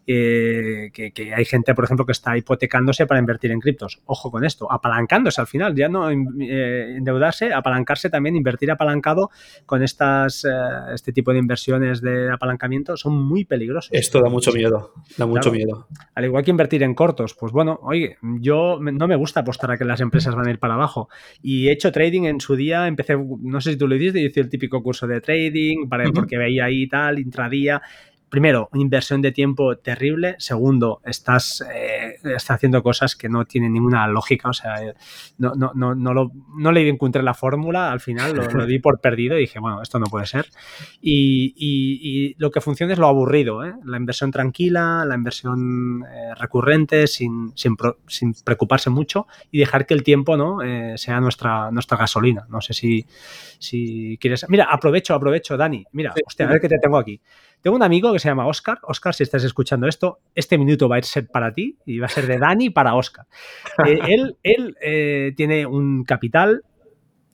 eh, que, que hay gente, por ejemplo, que está hipotecándose para invertir en criptos. Ojo con esto, apalancándose al final, ya no eh, endeudarse, apalancarse también, invertir apalancado con estas, eh, este tipo de inversiones de apalancamiento son muy peligrosos. Esto da mucho miedo, da mucho claro, miedo. Al igual que invertir en cortos, pues bueno, oye, yo no me gusta apostar a que las empresas van a ir para abajo, y he hecho trading en su día, empecé, no sé si tú lo hiciste, yo hice el típico curso de trading, para, uh-huh. porque veía ahí tal, intradía. Primero, inversión de tiempo terrible. Segundo, estás, eh, estás haciendo cosas que no tienen ninguna lógica. O sea, no, no, no, no, lo, no le encontré la fórmula. Al final lo, lo di por perdido y dije, bueno, esto no puede ser. Y, y, y lo que funciona es lo aburrido, ¿eh? La inversión tranquila, la inversión eh, recurrente, sin, sin, pro, sin preocuparse mucho, y dejar que el tiempo, ¿no? eh, sea nuestra, nuestra gasolina. No sé si, si quieres... Mira, aprovecho, aprovecho, Dani. Mira, hostia, a ver qué te tengo aquí. Tengo un amigo que se llama Óscar. Óscar, si estás escuchando esto, este minuto va a ser para ti y va a ser de Dani para Óscar. Eh, él él eh, tiene un capital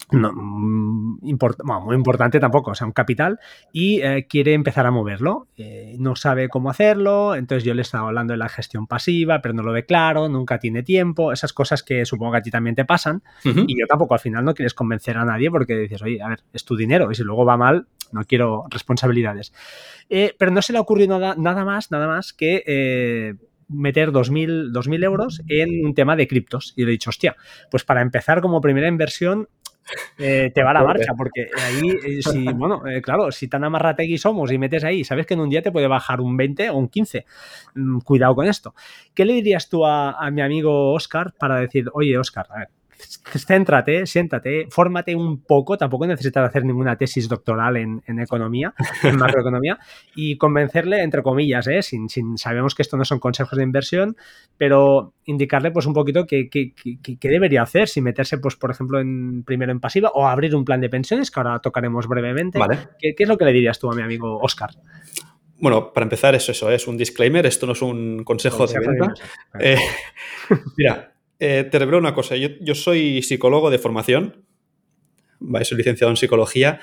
no, import, bueno, muy importante tampoco, o sea, un capital, y eh, quiere empezar a moverlo. Eh, no sabe cómo hacerlo, entonces yo le estaba hablando de la gestión pasiva, pero no lo ve claro, nunca tiene tiempo, esas cosas que supongo que a ti también te pasan, Uh-huh. y yo tampoco al final no quieres convencer a nadie porque dices, oye, a ver, es tu dinero, y si luego va mal, no quiero responsabilidades. Eh, pero no se le ocurrió nada, nada más, nada más que... Eh, meter dos mil euros en un tema de criptos. Y le he dicho, hostia, pues para empezar como primera inversión eh, te va la marcha, porque ahí, eh, si, bueno, eh, claro, si tan amarrategui somos y metes ahí, sabes que en un día te puede bajar un veinte o un quince. Mm, cuidado con esto. ¿Qué le dirías tú a, a mi amigo Óscar para decir, oye, Óscar, a ver, céntrate, siéntate, fórmate un poco, tampoco necesitas hacer ninguna tesis doctoral en, en economía, en macroeconomía, y convencerle, entre comillas, ¿eh? sin, sin, sabemos que esto no son consejos de inversión, pero indicarle pues un poquito qué, qué, qué, qué debería hacer, si meterse, pues por ejemplo, en, primero en pasiva o abrir un plan de pensiones, que ahora tocaremos brevemente. Vale. ¿Qué, qué es lo que le dirías tú a mi amigo Óscar? Bueno, para empezar, eso, eso es un disclaimer, esto no es un consejo, consejo de venta. De eh, mira, eh, te revelo una cosa, yo, yo soy psicólogo de formación, ¿vale? Soy licenciado en psicología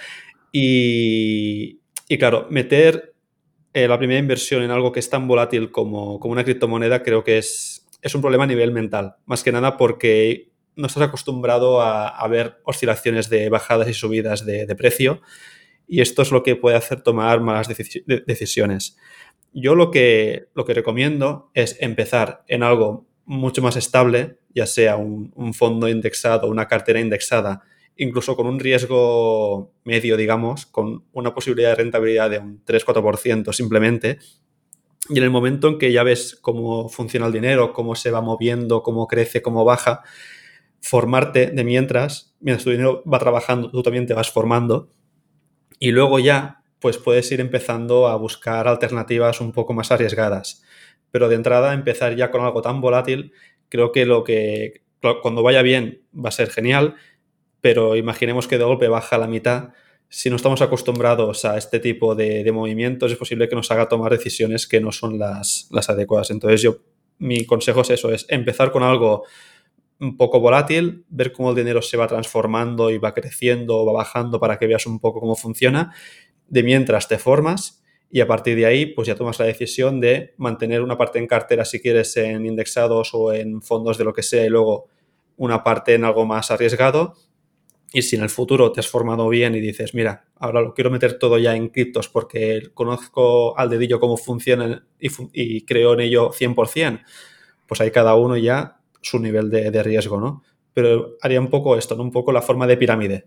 y, y claro, meter eh, la primera inversión en algo que es tan volátil como, como una criptomoneda creo que es, es un problema a nivel mental, más que nada porque no estás acostumbrado a, a ver oscilaciones de bajadas y subidas de, de precio. Y esto es lo que puede hacer tomar malas decisiones. Yo lo que, lo que recomiendo es empezar en algo mucho más estable, ya sea un, un fondo indexado, una cartera indexada, incluso con un riesgo medio, digamos, con una posibilidad de rentabilidad de un tres cuatro por ciento simplemente. Y en el momento en que ya ves cómo funciona el dinero, cómo se va moviendo, cómo crece, cómo baja, formarte de mientras, mientras tu dinero va trabajando, tú también te vas formando. Y luego ya, pues puedes ir empezando a buscar alternativas un poco más arriesgadas. Pero de entrada, empezar ya con algo tan volátil, creo que lo que cuando vaya bien va a ser genial, pero imaginemos que de golpe baja a la mitad. Si no estamos acostumbrados a este tipo de, de movimientos, es posible que nos haga tomar decisiones que no son las, las adecuadas. Entonces, yo, mi consejo es eso, es empezar con algo un poco volátil, ver cómo el dinero se va transformando y va creciendo o va bajando para que veas un poco cómo funciona. De mientras te formas y a partir de ahí pues ya tomas la decisión de mantener una parte en cartera si quieres en indexados o en fondos de lo que sea y luego una parte en algo más arriesgado. Y si en el futuro te has formado bien y dices, mira, ahora lo quiero meter todo ya en criptos porque conozco al dedillo cómo funcionan y, fu- y creo en ello cien por ciento, pues hay cada uno ya su nivel de, de riesgo, ¿no? Pero haría un poco esto, ¿no? Un poco la forma de pirámide.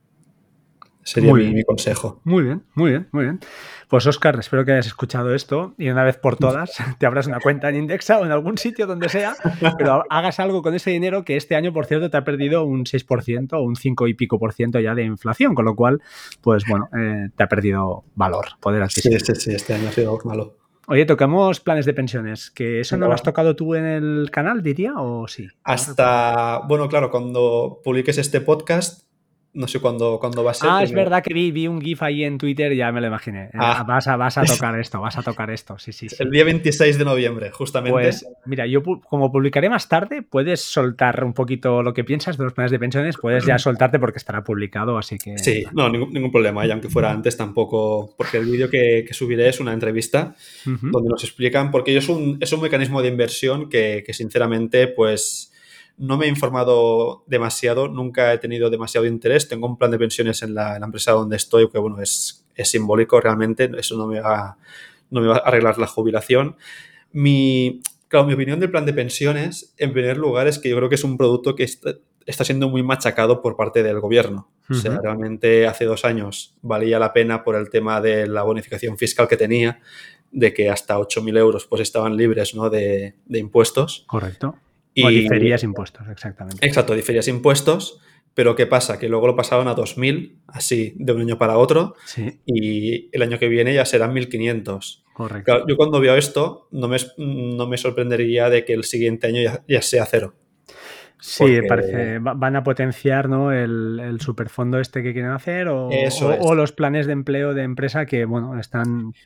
Sería Muy mi, bien. mi consejo. Muy bien, muy bien, muy bien. Pues Óscar, espero que hayas escuchado esto y una vez por todas te abras una cuenta en Indexa o en algún sitio donde sea, pero hagas algo con ese dinero que este año, por cierto, te ha perdido un seis por ciento o un cinco y pico por ciento ya de inflación, con lo cual, pues bueno, eh, te ha perdido valor, poder adquisitivo. Sí, sí, sí, este año ha sido malo. Oye, tocamos planes de pensiones, que eso no No. lo has tocado tú en el canal, diría, o sí. Hasta, bueno, claro, cuando publiques este podcast, no sé cuándo, cuándo va a ser. Ah, es Primero. verdad que vi, vi un GIF ahí en Twitter y ya me lo imaginé. Ah, Vas a, vas a tocar esto, vas a tocar esto, sí, sí, el sí. día veintiséis de noviembre, justamente. Pues mira, yo como publicaré más tarde, puedes soltar un poquito lo que piensas de los planes de pensiones, puedes ya soltarte porque estará publicado, así que... Sí, no, ningún, ningún problema. Y aunque fuera antes tampoco, porque el vídeo que, que subiré es una entrevista Uh-huh. donde nos explican, porque es un, es un mecanismo de inversión que, que sinceramente, pues no me he informado demasiado, nunca he tenido demasiado interés. Tengo un plan de pensiones en la, en la empresa donde estoy, que bueno, es, es simbólico realmente, eso no me va, no me va a arreglar la jubilación. Mi, claro, mi opinión del plan de pensiones, en primer lugar, es que yo creo que es un producto que está, está siendo muy machacado por parte del gobierno. O sea, Uh-huh. realmente hace dos años valía la pena por el tema de la bonificación fiscal que tenía, de que hasta ocho mil euros pues estaban libres, ¿no?, de, de impuestos. Correcto. O Y, diferías impuestos, exactamente. exacto, diferías impuestos, pero ¿qué pasa? Que luego lo pasaban a dos mil, así, de un año para otro, Sí, y el año que viene ya serán mil quinientos. correcto. Claro, yo cuando veo esto, no me, no me sorprendería de que el siguiente año ya, ya sea cero. Sí, Porque parece, va- van a potenciar, ¿no?, el, el superfondo este que quieren hacer o, eso o- es. o los planes de empleo de empresa que, bueno, están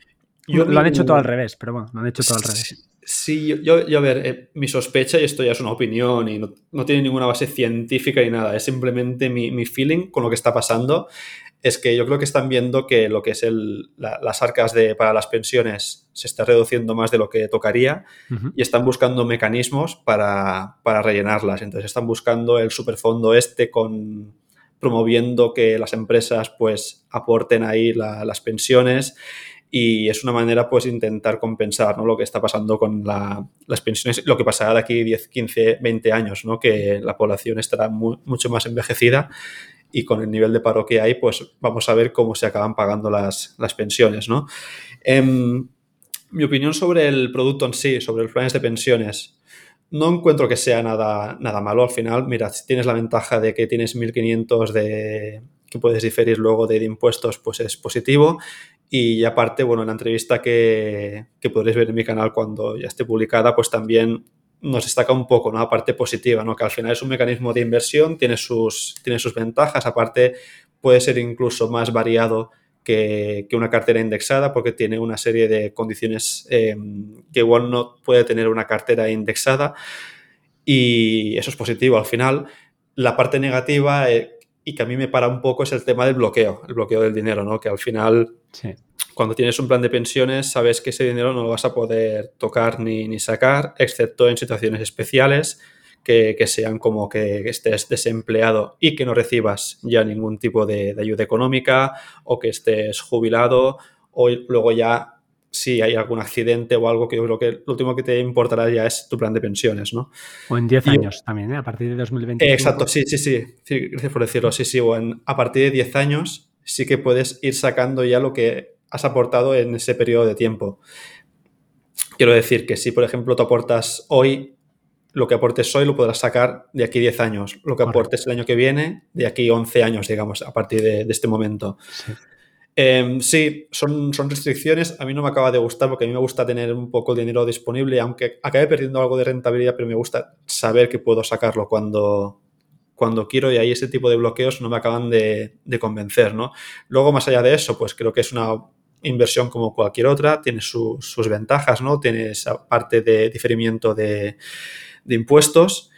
Yo Lo han mi- hecho todo al revés, pero bueno, lo han hecho todo al Sí, revés. sí, yo, yo- yo, a ver, eh, mi sospecha, y esto ya es una opinión y no, no tiene ninguna base científica ni nada, es simplemente mi, mi feeling con lo que está pasando, es que yo creo que están viendo que lo que es el, la- las arcas de, para las pensiones se está reduciendo más de lo que tocaría Ujú. y están buscando mecanismos para, para rellenarlas. Entonces están buscando el superfondo este con promoviendo que las empresas pues aporten ahí la- las pensiones y es una manera pues intentar compensar, ¿no?, lo que está pasando con la- las pensiones, lo que pasará de aquí diez, quince, veinte años, ¿no?, que la población estará mu- mucho más envejecida y con el nivel de paro que hay pues vamos a ver cómo se acaban pagando las, las pensiones, ¿no? Em, mi opinión sobre el producto en sí, sobre los planes de pensiones, no encuentro que sea nada, nada malo. Al final, mira, si tienes la ventaja de que tienes mil quinientos de, que puedes diferir luego de, de impuestos, pues es positivo. Y aparte, bueno, en la entrevista que, que podréis ver en mi canal cuando ya esté publicada, pues también nos destaca un poco, ¿no?, la parte positiva, ¿no?, que al final es un mecanismo de inversión, tiene sus, tiene sus ventajas, aparte puede ser incluso más variado que, que una cartera indexada porque tiene una serie de condiciones eh, que igual no puede tener una cartera indexada y eso es positivo al final. La parte negativa eh, y que a mí me para un poco es el tema del bloqueo, el bloqueo del dinero, ¿no?, que al final Sí. cuando tienes un plan de pensiones sabes que ese dinero no lo vas a poder tocar ni, ni sacar, excepto en situaciones especiales que, que sean como que estés desempleado y que no recibas ya ningún tipo de, de ayuda económica o que estés jubilado o luego ya si hay algún accidente o algo que yo creo que lo último que te importará ya es tu plan de pensiones, ¿no? O en diez Y yo, años también, ¿eh? A partir de dos mil eh, exacto, veinticinco. sí, sí, sí, sí, gracias por decirlo, sí, sí, o en- a partir de diez años sí que puedes ir sacando ya lo que has aportado en ese periodo de tiempo. Quiero decir que si, por ejemplo, tú aportas hoy, lo que aportes hoy lo podrás sacar de aquí diez años, lo que Correcto. aportes el año que viene, de aquí once años, digamos, a partir de, de este momento. Sí. Eh, sí, son, son restricciones. A mí no me acaba de gustar porque a mí me gusta tener un poco de dinero disponible, aunque acabe perdiendo algo de rentabilidad, pero me gusta saber que puedo sacarlo cuando, cuando quiero y ahí ese tipo de bloqueos no me acaban de, de convencer, ¿no? Luego, más allá de eso, pues creo que es una inversión como cualquier otra, tiene su, sus ventajas, ¿no? Tiene esa parte de diferimiento de, de impuestos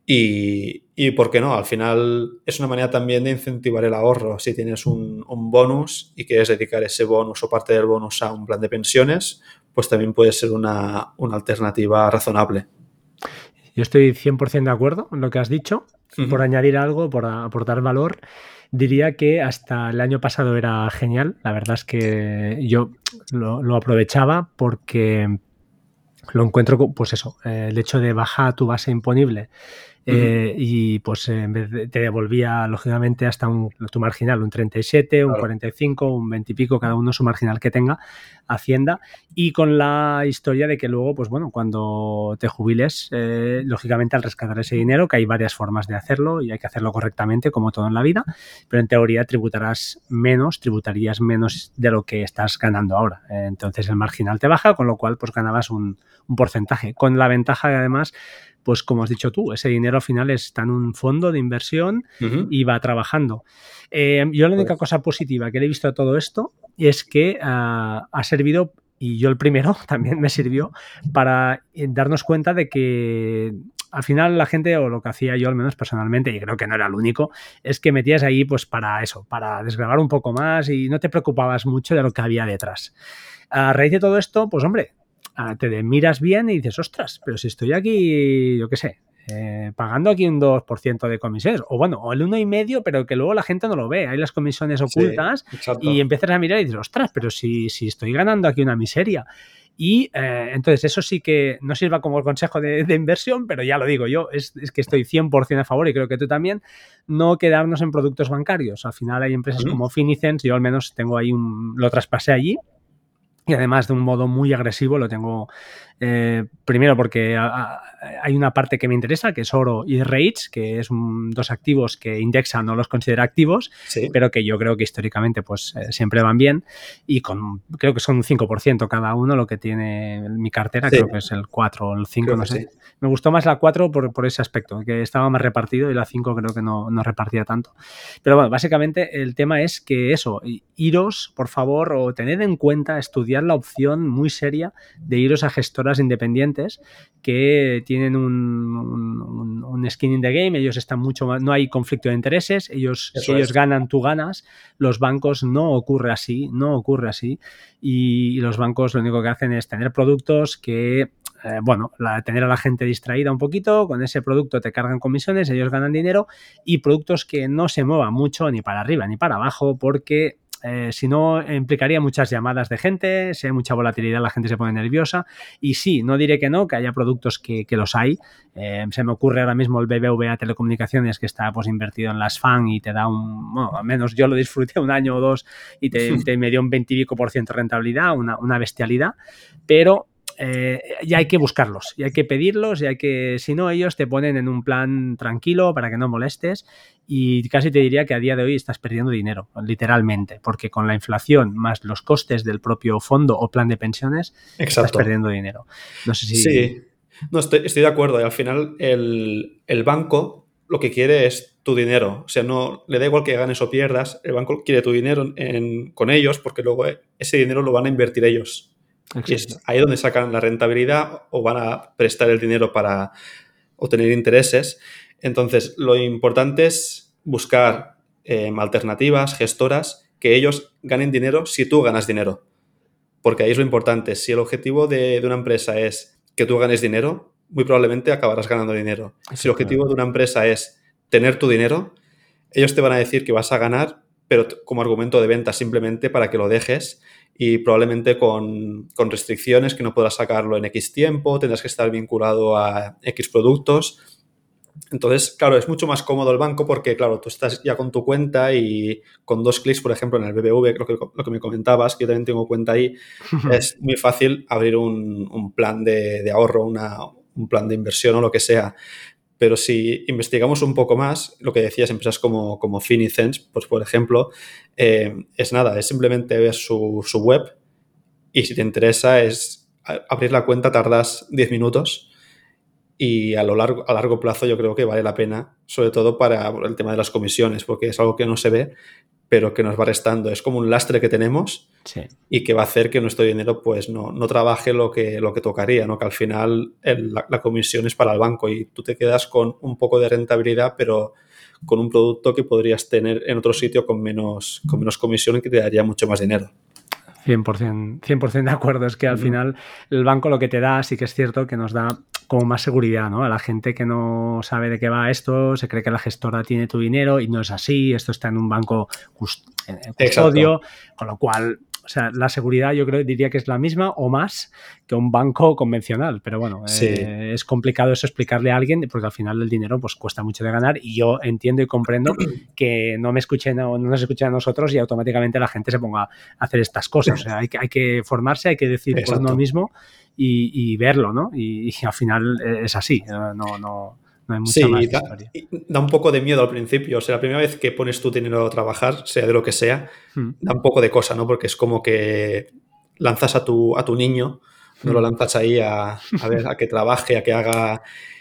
y, y, ¿por qué no? Al final es una manera también de incentivar el ahorro. Si tienes un, un bonus y quieres dedicar ese bonus o parte del bonus a un plan de pensiones, pues también puede ser una, una alternativa razonable. Yo estoy cien por ciento de acuerdo en lo que has dicho. Uh-huh. Por añadir algo, por aportar valor, diría que hasta el año pasado era genial. La verdad es que yo lo, lo aprovechaba porque lo encuentro, pues eso, eh, el hecho de bajar tu base imponible eh, uh-huh. y pues en vez de, te devolvía lógicamente hasta un, tu marginal, un treinta y siete, claro. un cuarenta y cinco, un veinte y pico, cada uno su marginal que tenga Hacienda, y con la historia de que luego, pues bueno, cuando te jubiles, eh, lógicamente al rescatar ese dinero, que hay varias formas de hacerlo y hay que hacerlo correctamente como todo en la vida, pero en teoría tributarás menos, tributarías menos de lo que estás ganando ahora. Eh, entonces el marginal te baja, con lo cual pues ganabas un, un porcentaje, con la ventaja de además, pues como has dicho tú, ese dinero al final está en un fondo de inversión uh-huh. y va trabajando. Eh, yo la única pues. cosa positiva que le he visto a todo esto es que uh, ha servido, y yo el primero también me sirvió, para darnos cuenta de que al final la gente, o lo que hacía yo al menos personalmente, y creo que no era el único, es que metías ahí pues para eso, para desgravar un poco más y no te preocupabas mucho de lo que había detrás. A raíz de todo esto, pues hombre, te miras bien y dices, ostras, pero si estoy aquí, yo qué sé, eh, pagando aquí un dos por ciento de comisiones, o bueno, o el uno coma cinco, pero que luego la gente no lo ve, hay las comisiones ocultas sí, y empiezas a mirar y dices, ostras, pero si, si estoy ganando aquí una miseria. Y eh, entonces eso sí que no sirva como consejo de, de inversión, pero ya lo digo yo, es, es que estoy cien por ciento a favor y creo que tú también, no quedarnos en productos bancarios. Al final hay empresas uh-huh. como Finicens, yo al menos tengo ahí un, lo traspasé allí, y además de un modo muy agresivo lo tengo Eh, primero porque a, a, hay una parte que me interesa, que es oro y REITs, que es un, dos activos que Indexa no los considera activos, Sí. pero que yo creo que históricamente pues eh, siempre van bien, y con creo que son un cinco por ciento cada uno lo que tiene mi cartera, Sí. creo que es el cuatro o el cinco, Creo no que sé. sí. Me gustó más la cuatro por, por ese aspecto, que estaba más repartido, y la cinco creo que no, no repartía tanto. Pero bueno, básicamente el tema es que eso, iros, por favor, o tened en cuenta, estudiar la opción muy seria de iros a gestoras independientes que tienen un, un, un skin in the game. Ellos están mucho más, no hay conflicto de intereses, ellos, si ellos es. ganan, tú ganas. Los bancos no ocurre así, no ocurre así, y, y los bancos lo único que hacen es tener productos que Eh, bueno, la, tener a la gente distraída un poquito, con ese producto te cargan comisiones, ellos ganan dinero, y productos que no se muevan mucho ni para arriba ni para abajo, porque eh, si no implicaría muchas llamadas de gente, si hay mucha volatilidad la gente se pone nerviosa, y sí, no diré que no, que haya productos que, que los hay. Eh, se me ocurre ahora mismo el B B V A Telecomunicaciones, que está pues invertido en las F A N y te da un, bueno, al menos yo lo disfruté un año o dos y te, te me dio un veinte y pico por ciento de rentabilidad, una, una bestialidad, pero Eh, ya hay que buscarlos, y hay que pedirlos, y hay que, si no, ellos te ponen en un plan tranquilo para que no molestes, y casi te diría que a día de hoy estás perdiendo dinero, literalmente, porque con la inflación más los costes del propio fondo o plan de pensiones, Exacto. estás perdiendo dinero. No sé si... Sí, no, estoy, estoy de acuerdo, y al final el, el banco lo que quiere es tu dinero, o sea, no le da igual que ganes o pierdas, el banco quiere tu dinero en, con ellos, porque luego ese dinero lo van a invertir ellos. Exacto. Y es ahí donde sacan la rentabilidad o van a prestar el dinero para obtener intereses. Entonces, lo importante es buscar eh, alternativas, gestoras, que ellos ganen dinero si tú ganas dinero. Porque ahí es lo importante. Si el objetivo de, de una empresa es que tú ganes dinero, muy probablemente acabarás ganando dinero. Si el objetivo de una empresa es tener tu dinero, ellos te van a decir que vas a ganar, pero como argumento de venta simplemente para que lo dejes, y probablemente con, con restricciones, que no podrás sacarlo en X tiempo, tendrás que estar vinculado a X productos. Entonces, claro, es mucho más cómodo el banco porque, claro, tú estás ya con tu cuenta y con dos clics, por ejemplo, en el B B V, lo que, lo que me comentabas, que yo también tengo cuenta ahí, es muy fácil abrir un, un plan de, de ahorro, una, un plan de inversión o lo que sea. Pero si investigamos un poco más, lo que decías, empresas como, como Finicens, pues por ejemplo, eh, es nada, es simplemente ver su, su web, y si te interesa es abrir la cuenta, tardas diez minutos, y a lo largo, a largo plazo yo creo que vale la pena, sobre todo para el tema de las comisiones, porque es algo que no se ve, pero que nos va restando. Es como un lastre que tenemos, sí, y que va a hacer que nuestro dinero pues no, no trabaje lo que, lo que tocaría, ¿no? Que al final el, la, la comisión es para el banco y tú te quedas con un poco de rentabilidad, pero con un producto que podrías tener en otro sitio con menos, con menos comisión y que te daría mucho más dinero. cien por ciento, cien por ciento de acuerdo. Es que al uh-huh. final el banco lo que te da, sí que es cierto que nos da como más seguridad, ¿no? A la gente que no sabe de qué va esto, se cree que la gestora tiene tu dinero y no es así, esto está en un banco cust- custodio, exacto, con lo cual, o sea, la seguridad yo creo, diría que es la misma o más que un banco convencional, pero bueno, sí. eh, es complicado eso explicarle a alguien, porque al final el dinero pues cuesta mucho de ganar, y yo entiendo y comprendo que no me escuchen o no nos escuchen a nosotros y automáticamente la gente se ponga a hacer estas cosas. O sea, hay que, hay que formarse, hay que decir exacto. por uno mismo y, y verlo, ¿no? Y, y al final es así, no, no, no hay mucha sí, más da, historia. Da un poco de miedo al principio, o sea, la primera vez que pones tu dinero a trabajar, sea de lo que sea, hmm. da un poco de cosa, ¿no? Porque es como que lanzas a tu, a tu niño, no hmm. lo lanzas ahí a, a ver, a que trabaje, a que haga...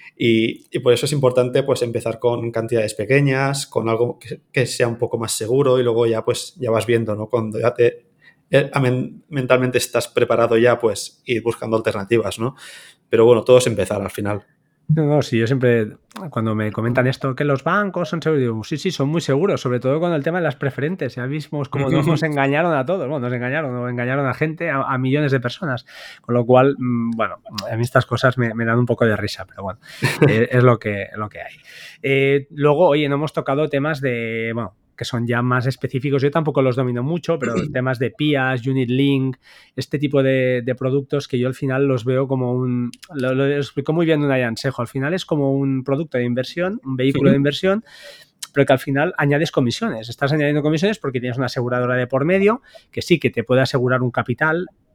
Y, y por eso es importante pues empezar con cantidades pequeñas, con algo que, que sea un poco más seguro, y luego ya pues ya vas viendo, ¿no? Cuando ya te eh, mentalmente estás preparado ya, pues ir buscando alternativas, ¿no? Pero bueno, todo es empezar al final. No, no, sí, yo siempre, cuando me comentan esto, que los bancos son seguros, digo, sí, sí, son muy seguros, sobre todo con el tema de las preferentes. Ya vimos cómo nos engañaron a todos, bueno, nos engañaron, nos engañaron a gente, a, a millones de personas. Con lo cual, bueno, a mí estas cosas me, me dan un poco de risa, pero bueno, eh, es lo que, lo que hay. Eh, luego, oye, no hemos tocado temas de, bueno, que son ya más específicos. Yo tampoco los domino mucho, pero temas de P I As, Unit Link, este tipo de, de productos que yo al final los veo como un... Lo, lo explicó muy bien Unai Ansejo. Al final es como un producto de inversión, un vehículo sí. de inversión, pero que al final añades comisiones. Estás añadiendo comisiones porque tienes una aseguradora de por medio, que sí, que te puede asegurar un capital,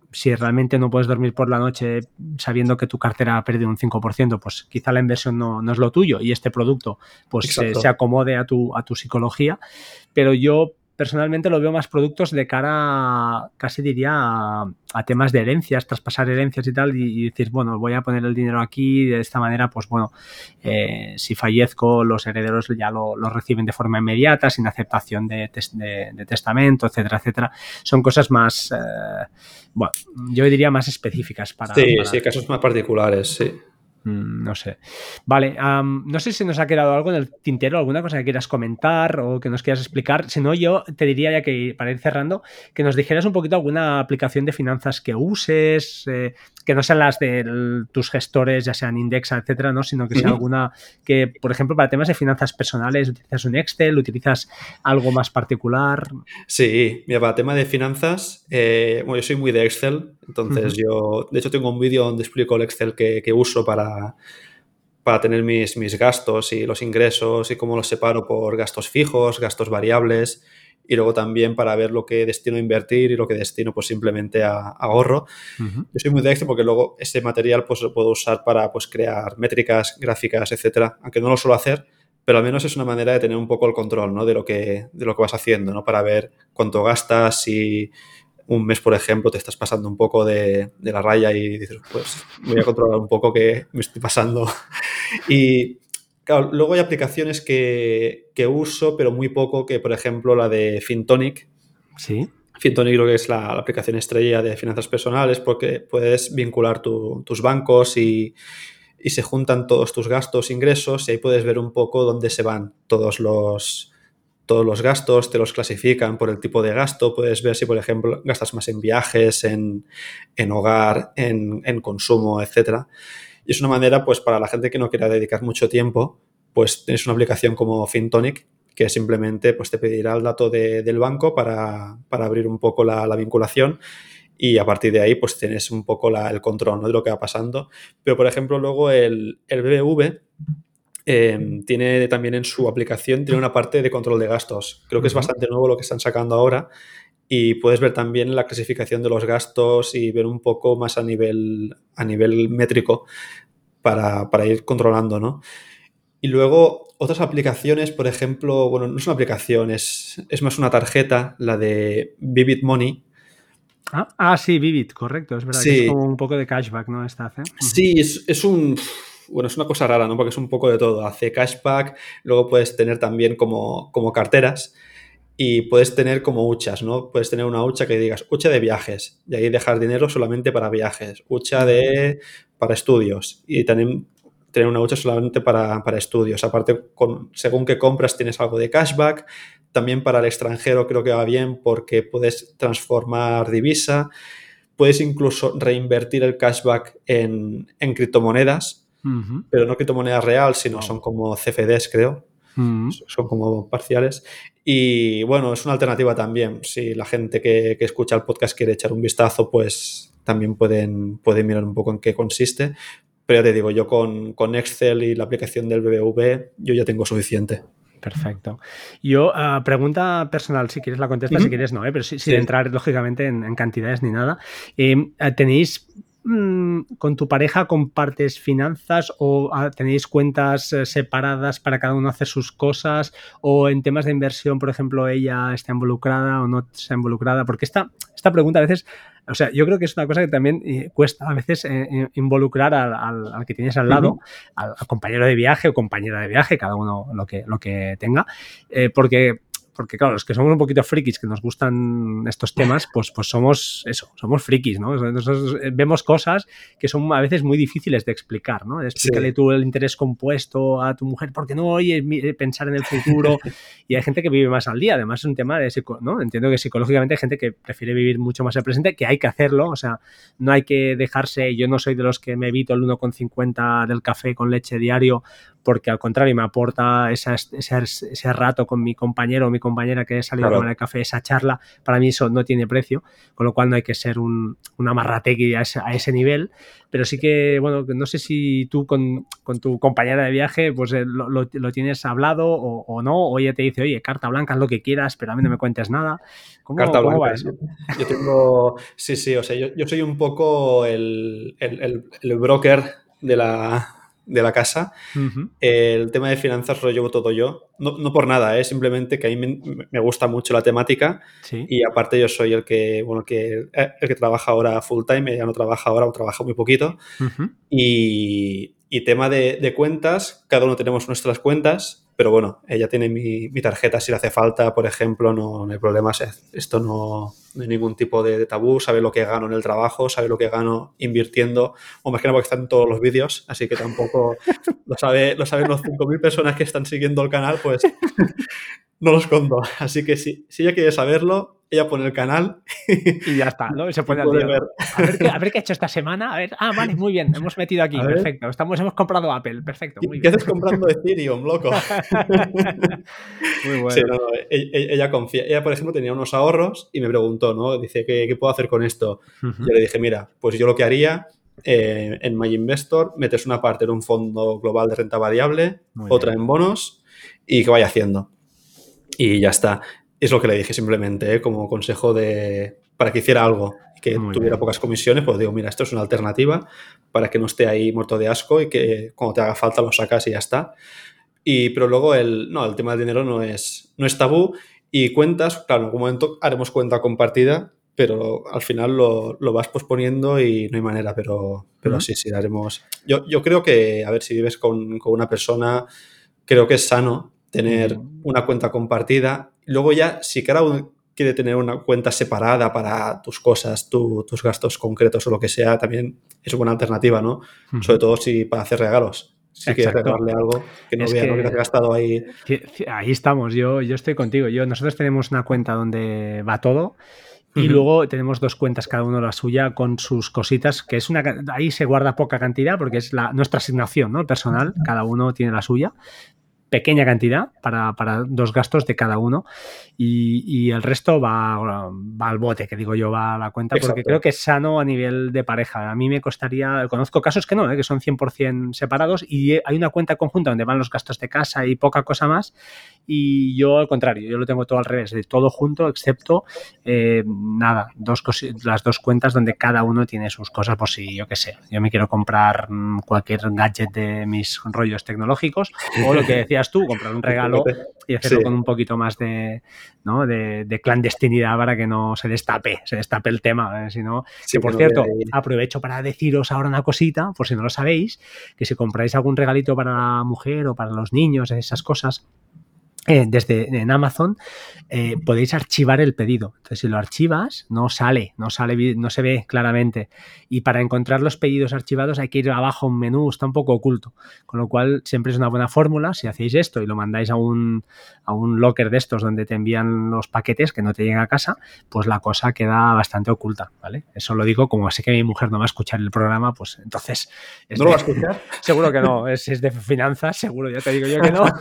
si realmente no puedes dormir por la noche sabiendo que tu cartera ha perdido un cinco por ciento, pues quizá la inversión no, no es lo tuyo y este producto pues eh, se acomode a tu, a tu psicología. Pero yo personalmente lo veo más productos de cara, a, casi diría, a, a temas de herencias, traspasar herencias y tal, y, y decir, bueno, voy a poner el dinero aquí, de esta manera, pues bueno, eh, si fallezco, los herederos ya lo, lo reciben de forma inmediata, sin aceptación de, tes, de, de testamento, etcétera, etcétera. Son cosas más, eh, bueno, yo diría más específicas para... Sí, para... sí, casos más particulares, sí. No sé. Vale, um, no sé si nos ha quedado algo en el tintero, alguna cosa que quieras comentar o que nos quieras explicar. Si no, yo te diría, ya que para ir cerrando, que nos dijeras un poquito alguna aplicación de finanzas que uses, eh, que no sean las de el, tus gestores, ya sean Indexa, etcétera, ¿no? Sino que sea uh-huh. alguna que, por ejemplo, para temas de finanzas personales, utilizas un Excel, utilizas algo más particular. Sí, mira, para tema de finanzas, eh, bueno, yo soy muy de Excel, entonces uh-huh. yo, de hecho, tengo un vídeo donde explico el Excel que, que uso para, para tener mis, mis gastos y los ingresos y cómo los separo por gastos fijos, gastos variables y luego también para ver lo que destino a invertir y lo que destino pues simplemente a, a ahorro. Uh-huh. Yo soy muy de Excel porque luego ese material pues lo puedo usar para pues crear métricas, gráficas, etcétera, aunque no lo suelo hacer, pero al menos es una manera de tener un poco el control, ¿no? de, lo que, de lo que vas haciendo, ¿no? Para ver cuánto gastas, si un mes, por ejemplo, te estás pasando un poco de, de la raya y dices, pues voy a controlar un poco que me estoy pasando. Y claro, luego hay aplicaciones que, que uso, pero muy poco, que por ejemplo la de Fintonic. Sí. Fintonic creo que es la, la aplicación estrella de finanzas personales porque puedes vincular tu, tus bancos y, y se juntan todos tus gastos, ingresos y ahí puedes ver un poco dónde se van todos los... todos los gastos, te los clasifican por el tipo de gasto, puedes ver si, por ejemplo, gastas más en viajes, en, en hogar, en, en consumo, etcétera. Y es una manera, pues, para la gente que no quiera dedicar mucho tiempo, pues tienes una aplicación como Fintonic que simplemente pues, te pedirá el dato de, del banco para, para abrir un poco la, la vinculación y a partir de ahí pues tienes un poco la, el control, ¿no? de lo que va pasando. Pero, por ejemplo, luego el, el B B V... Eh, tiene también en su aplicación tiene una parte de control de gastos. Creo que es bastante nuevo lo que están sacando ahora y puedes ver también la clasificación de los gastos y ver un poco más a nivel, a nivel métrico para, para ir controlando, ¿no? Y luego otras aplicaciones, por ejemplo, bueno, no es una aplicación, es, es más una tarjeta, la de Vivid Money. Ah, ah sí, Vivid, correcto. Es verdad sí. que es como un poco de cashback, ¿no? Esta hace. Sí, es, es un... Bueno, es una cosa rara, ¿no? Porque es un poco de todo. Hace cashback, luego puedes tener también como, como carteras y puedes tener como huchas, ¿no? Puedes tener una hucha que digas, hucha de viajes, y ahí dejar dinero solamente para viajes, hucha de para estudios y también tener una hucha solamente para, para estudios. Aparte, con, según qué compras tienes algo de cashback. También para el extranjero creo que va bien porque puedes transformar divisa. Puedes incluso reinvertir el cashback en, en criptomonedas. Uh-huh. Pero no criptomoneda real, sino wow. son como C F Ds, creo. Uh-huh. Son como parciales. Y bueno, es una alternativa también. Si la gente que, que escucha el podcast quiere echar un vistazo, pues también pueden, pueden mirar un poco en qué consiste. Pero ya te digo, yo con, con Excel y la aplicación del B B V, yo ya tengo suficiente. Perfecto. Yo, uh, pregunta personal, si quieres la contestas, uh-huh. si quieres no, ¿eh? pero sin sí. entrar lógicamente en, en cantidades ni nada. Eh, ¿Tenéis con tu pareja compartes finanzas o tenéis cuentas separadas para cada uno hacer sus cosas o en temas de inversión, por ejemplo, ella está involucrada o no está involucrada? Porque esta, esta pregunta a veces, o sea, yo creo que es una cosa que también eh, cuesta a veces eh, involucrar al, al, al que tienes al lado, uh-huh. al, al compañero de viaje o compañera de viaje, cada uno lo que, lo que tenga, eh, porque... Porque, claro, los que somos un poquito frikis, que nos gustan estos temas, pues, pues somos eso, somos frikis, ¿no? Nosotros vemos cosas que son a veces muy difíciles de explicar, ¿no? Explícale sí. tú el interés compuesto a tu mujer, porque no oye pensar en el futuro. Y hay gente que vive más al día, además es un tema de psico, ¿no? Entiendo que psicológicamente hay gente que prefiere vivir mucho más el presente, que hay que hacerlo, o sea, no hay que dejarse, yo no soy de los que me evito el uno con cincuenta del café con leche diario porque al contrario me aporta esa, ese, ese rato con mi compañero o mi compañera que he salido claro. a tomar el café, esa charla, para mí eso no tiene precio, con lo cual no hay que ser un, un amarrategui a ese, a ese nivel, pero sí que, bueno, no sé si tú con, con tu compañera de viaje pues eh, lo, lo, lo tienes hablado o, o no, o ella te dice, oye, carta blanca, haz lo que quieras, pero a mí no me cuentes nada. ¿Cómo, carta ¿cómo blanca, va eso? Yo tengo, sí, sí, o sea, yo, yo soy un poco el, el, el, el broker de la, de la casa. Uh-huh. El tema de finanzas lo llevo todo yo, no, no por nada, ¿eh? Simplemente que a mí me, me gusta mucho la temática sí. y aparte yo soy el que, bueno, el que, el que trabaja ahora full time, ella no trabaja ahora o trabaja muy poquito. Uh-huh. y, y tema de, de cuentas, cada uno tenemos nuestras cuentas, pero bueno, ella tiene mi, mi tarjeta si le hace falta, por ejemplo, no, no hay problema, esto no, no hay ningún tipo de, de tabú, sabe lo que gano en el trabajo, sabe lo que gano invirtiendo, o más que nada porque están en todos los vídeos, así que tampoco lo, sabe, lo saben los cinco mil personas que están siguiendo el canal, pues no los conto. Así que si, si ella quiere saberlo, ella pone el canal y ya está, ¿no? Y se pone al día, ver. ¿no? A ver, qué, a ver qué ha hecho esta semana. A ver, ah, vale, muy bien, hemos metido aquí, perfecto. Estamos, hemos comprado Apple, perfecto, muy bien. ¿Qué haces comprando Ethereum, loco? Muy bueno. Sí, no, no, ella, ella confía. Ella, por ejemplo, tenía unos ahorros y me preguntó, ¿no? Dice, ¿qué, qué puedo hacer con esto? Uh-huh. Yo le dije, mira, pues yo lo que haría eh, en MyInvestor, metes una parte en un fondo global de renta variable, muy otra bien. En bonos y que vaya haciendo. Y ya está. Es lo que le dije simplemente, ¿eh? Como consejo de para que hiciera algo y que Muy tuviera bien. Pocas comisiones, pues digo, mira, esto es una alternativa para que no esté ahí muerto de asco y que cuando te haga falta lo sacas y ya está. Y, pero luego el, no, el tema del dinero no es, no es tabú y cuentas, claro, en algún momento haremos cuenta compartida, pero al final lo, lo vas posponiendo y no hay manera, pero, pero ¿Mm? sí, sí, haremos. Yo, yo creo que, a ver, si vives con, con una persona, creo que es sano tener uh-huh. una cuenta compartida. Luego ya, si cada uno quiere tener una cuenta separada para tus cosas, tu, tus gastos concretos o lo que sea, también es una buena alternativa, ¿no? Uh-huh. Sobre todo si para hacer regalos. Si quieres regalarle algo que no es vea, que, ¿no? Que te has gastado ahí. Ahí estamos, yo, yo estoy contigo. Yo, nosotros tenemos una cuenta donde va todo. Y uh-huh. luego tenemos dos cuentas, cada uno la suya, con sus cositas, que es una ahí se guarda poca cantidad porque es la, nuestra asignación, ¿no? Personal, cada uno tiene la suya. Pequeña cantidad para, para dos gastos de cada uno y, y el resto va, va al bote, que digo yo, va a la cuenta. Exacto. Porque creo que es sano a nivel de pareja. A mí me costaría, conozco casos que no, ¿eh? Que son cien por ciento separados y hay una cuenta conjunta donde van los gastos de casa y poca cosa más y yo al contrario, yo lo tengo todo al revés, de todo junto excepto eh, nada, dos cos- las dos cuentas donde cada uno tiene sus cosas por si yo qué sé, yo me quiero comprar mmm, cualquier gadget de mis rollos tecnológicos o lo que decía tú, comprar un regalo y hacerlo sí. con un poquito más de, ¿no? de, de clandestinidad para que no se destape, se destape el tema. ¿eh? Si no, sí, que por que cierto, no aprovecho para deciros ahora una cosita, por si no lo sabéis, que si compráis algún regalito para la mujer o para los niños, esas cosas, Eh, desde en Amazon eh, podéis archivar el pedido. Entonces, si lo archivas, no sale, no sale, no se ve claramente. Y para encontrar los pedidos archivados hay que ir abajo a un menú, está un poco oculto. Con lo cual, siempre es una buena fórmula. Si hacéis esto y lo mandáis a un, a un locker de estos donde te envían los paquetes que no te llegan a casa, pues la cosa queda bastante oculta, ¿vale? Eso lo digo como sé que mi mujer no va a escuchar el programa, pues entonces... ¿No lo va a escuchar? Seguro que no. Es, es de finanzas, seguro, ya te digo yo que no.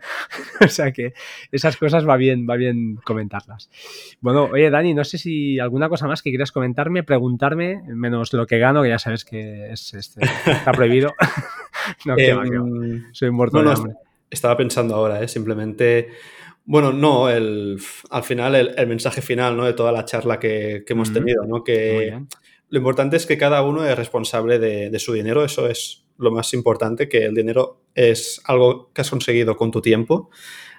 O sea que esas cosas va bien, va bien comentarlas. Bueno, oye, Dani, no sé si alguna cosa más que quieras comentarme, preguntarme, menos lo que gano, que ya sabes que es, es, está prohibido. No, que eh, va, que va. Soy muerto no, de no, hambre. Estaba pensando ahora, ¿eh? Simplemente... Bueno, no, el, al final el, el mensaje final, ¿no? De toda la charla que, que hemos mm-hmm. tenido, ¿no? Que lo importante es que cada uno es responsable de, de su dinero, eso es lo más importante, que el dinero es algo que has conseguido con tu tiempo.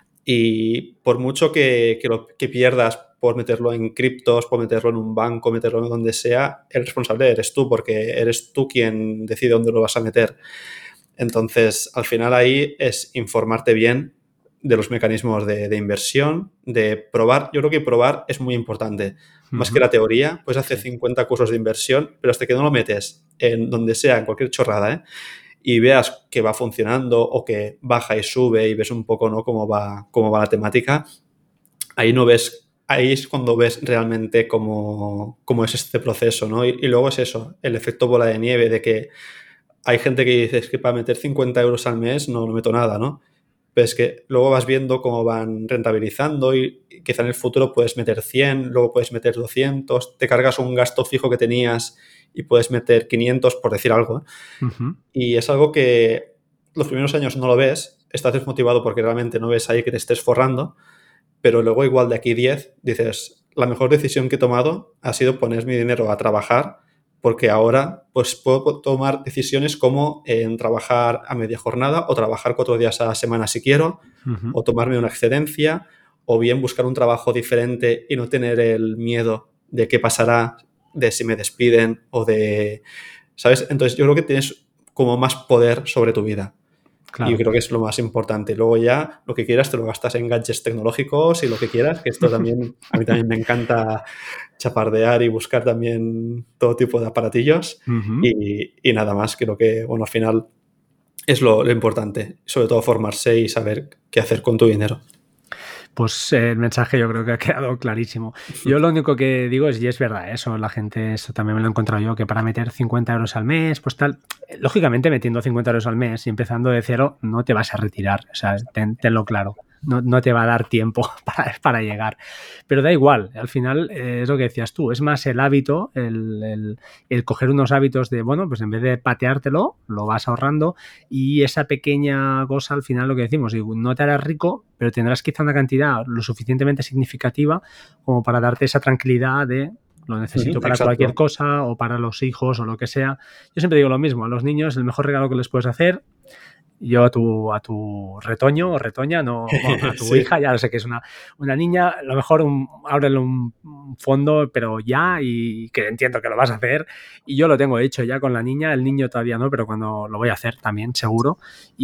Y por mucho que, que, lo, que pierdas por meterlo en criptos, por meterlo en un banco, meterlo en donde sea, el responsable eres tú, porque eres tú quien decide dónde lo vas a meter. Entonces, al final ahí es informarte bien de los mecanismos de, de inversión, de probar. Yo creo que probar es muy importante. Uh-huh. Más que la teoría, puedes hacer sí. cincuenta cursos de inversión, pero hasta que no lo metes en donde sea, en cualquier chorrada, ¿eh? Y veas que va funcionando o que baja y sube y ves un poco, ¿no? cómo va, cómo va la temática, ahí no ves, ahí es cuando ves realmente cómo, cómo es este proceso, ¿no? Y, y luego es eso, el efecto bola de nieve de que hay gente que dice es que para meter cincuenta euros al mes no, no meto nada, ¿no? Pero es que luego vas viendo cómo van rentabilizando y quizá en el futuro puedes meter cien, luego puedes meter doscientos, te cargas un gasto fijo que tenías y puedes meter quinientos, por decir algo. Uh-huh. Y es algo que los primeros años no lo ves, estás desmotivado porque realmente no ves ahí que te estés forrando, pero luego igual de aquí diez dices, la mejor decisión que he tomado ha sido poner mi dinero a trabajar, porque ahora pues puedo tomar decisiones como en trabajar a media jornada o trabajar cuatro días a la semana si quiero, Uh-huh. o tomarme una excedencia, o bien buscar un trabajo diferente y no tener el miedo de qué pasará, de si me despiden o de... ¿Sabes? Entonces yo creo que tienes como más poder sobre tu vida. Claro. Y yo creo que es lo más importante. Luego ya lo que quieras te lo gastas en gadgets tecnológicos y lo que quieras, que esto también, a mí también me encanta chapardear y buscar también todo tipo de aparatillos. Uh-huh. y, y nada más, creo que, bueno, al final es lo, lo importante. Sobre todo formarse y saber qué hacer con tu dinero. Pues eh, el mensaje yo creo que ha quedado clarísimo. Yo lo único que digo es, y es verdad, eso la gente, eso también me lo he encontrado yo, que para meter cincuenta euros al mes, pues tal, lógicamente metiendo cincuenta euros al mes y empezando de cero, no te vas a retirar, o sea, ten, tenlo claro. No, no te va a dar tiempo para, para llegar. Pero da igual, al final eh, es lo que decías tú, es más el hábito, el, el, el coger unos hábitos de, bueno, pues en vez de pateártelo, lo vas ahorrando y esa pequeña cosa al final lo que decimos, no te harás rico, pero tendrás quizá una cantidad lo suficientemente significativa como para darte esa tranquilidad de lo necesito para Exacto. cualquier cosa o para los hijos o lo que sea. Yo siempre digo lo mismo, a los niños el mejor regalo que les puedes hacer, yo a tu, a tu retoño o retoña, no, bueno, a tu sí. hija, ya lo sé que es una, una niña, a lo mejor un, ábrele un, un fondo, pero ya, y que entiendo que lo vas a hacer, y yo lo tengo hecho ya con la niña, el niño todavía no, pero cuando lo voy a hacer también, seguro,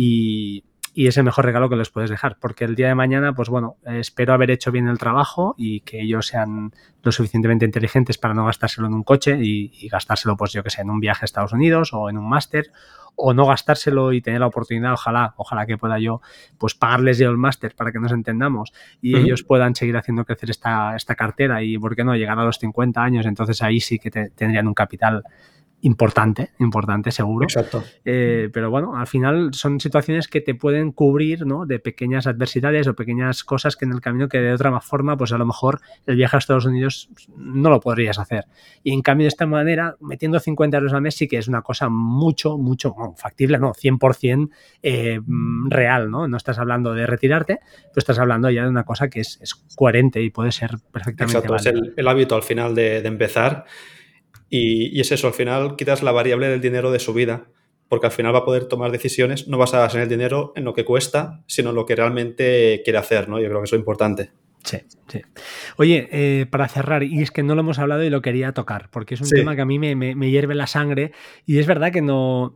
y, y es el mejor regalo que les puedes dejar, porque el día de mañana, pues bueno, espero haber hecho bien el trabajo y que ellos sean lo suficientemente inteligentes para no gastárselo en un coche y, y gastárselo, pues yo que sé, en un viaje a Estados Unidos o en un máster, o no gastárselo y tener la oportunidad, ojalá, ojalá que pueda yo, pues pagarles yo el máster para que nos entendamos y uh-huh. ellos puedan seguir haciendo crecer esta, esta cartera y, ¿por qué no?, llegar a los cincuenta años, entonces ahí sí que te, tendrían un capital importante, importante seguro. Exacto. Eh, pero bueno, al final son situaciones que te pueden cubrir, ¿no?, de pequeñas adversidades o pequeñas cosas que en el camino que de otra forma, pues a lo mejor el viaje a Estados Unidos no lo podrías hacer. Y en cambio de esta manera, metiendo cincuenta euros al mes sí que es una cosa mucho, mucho, bueno, factible, no, cien por ciento eh, real, ¿no? No estás hablando de retirarte, pero estás hablando ya de una cosa que es, es coherente y puede ser perfectamente Exacto, válida. Es el, el hábito al final de, de empezar. Y, y es eso, al final quitas la variable del dinero de su vida, porque al final va a poder tomar decisiones no basadas en el dinero, en lo que cuesta, sino en lo que realmente quiere hacer, ¿no? Yo creo que eso es importante. Sí, sí. Oye, eh, para cerrar, y es que no lo hemos hablado y lo quería tocar, porque es un sí. tema que a mí me, me, me hierve la sangre y es verdad que no,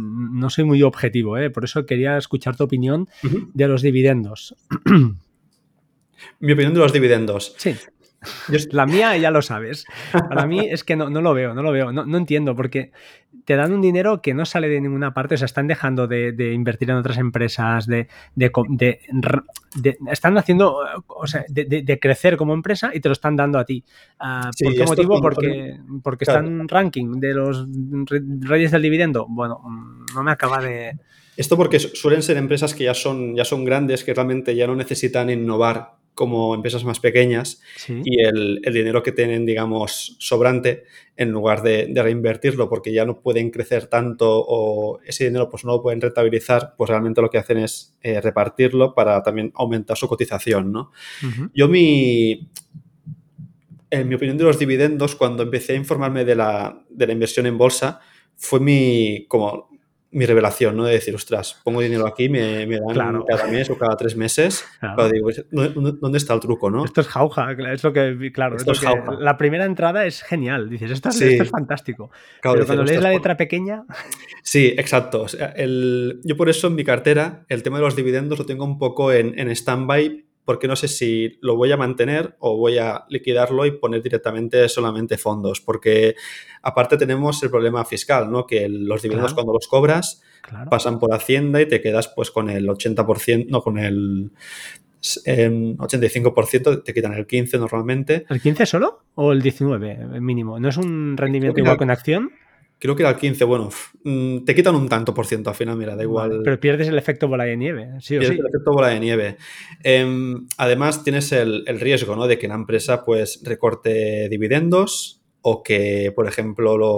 no soy muy objetivo, ¿eh? Por eso quería escuchar tu opinión uh-huh. de los dividendos. Mi opinión de los dividendos. Sí. La mía ya lo sabes. Para mí es que no, no lo veo, no lo veo, no, no entiendo, porque te dan un dinero que no sale de ninguna parte, o sea, están dejando de, de invertir en otras empresas, de, de, de, de están haciendo, o sea, de, de, de crecer como empresa y te lo están dando a ti. Uh, sí, ¿Por qué motivo? Porque, porque claro. están ranking de los reyes del dividendo. Bueno, no me acaba de... Esto porque suelen ser empresas que ya son, ya son grandes, que realmente ya no necesitan innovar como empresas más pequeñas sí. y el, el dinero que tienen, digamos, sobrante, en lugar de, de reinvertirlo porque ya no pueden crecer tanto o ese dinero pues no lo pueden rentabilizar, pues realmente lo que hacen es eh, repartirlo para también aumentar su cotización, ¿no? Uh-huh. Yo mi... En mi opinión de los dividendos, cuando empecé a informarme de la, de la inversión en bolsa, fue mi... como mi revelación, ¿no? De decir, ostras, pongo dinero aquí, me, me dan claro. cada mes o cada tres meses. Claro. Claro, digo, ¿dónde, ¿dónde está el truco, no? Esto es jauja, es lo que, claro, esto es es lo que, la primera entrada es genial, dices, esto, sí. esto es fantástico. Claro, pero dices, cuando lees ostras, la letra pequeña... Sí, exacto. O sea, el, yo por eso en mi cartera el tema de los dividendos lo tengo un poco en, en stand-by, porque no sé si lo voy a mantener o voy a liquidarlo y poner directamente solamente fondos, porque aparte tenemos el problema fiscal, ¿no? Que los dividendos claro. cuando los cobras claro. pasan por Hacienda y te quedas pues con el ochenta por ciento, no, con el eh, ochenta y cinco por ciento, te quitan el quince por ciento normalmente. ¿El quince solo o el diecinueve por ciento mínimo? ¿No es un rendimiento igual con acción? creo que era el quince, bueno, uf, mm, te quitan un tanto por ciento al final, mira, da igual. Vale, pero pierdes el efecto bola de nieve, sí o Tienes sí. el efecto bola de nieve. Eh, además, tienes el, el riesgo, ¿no?, de que la empresa pues recorte dividendos o que, por ejemplo, lo,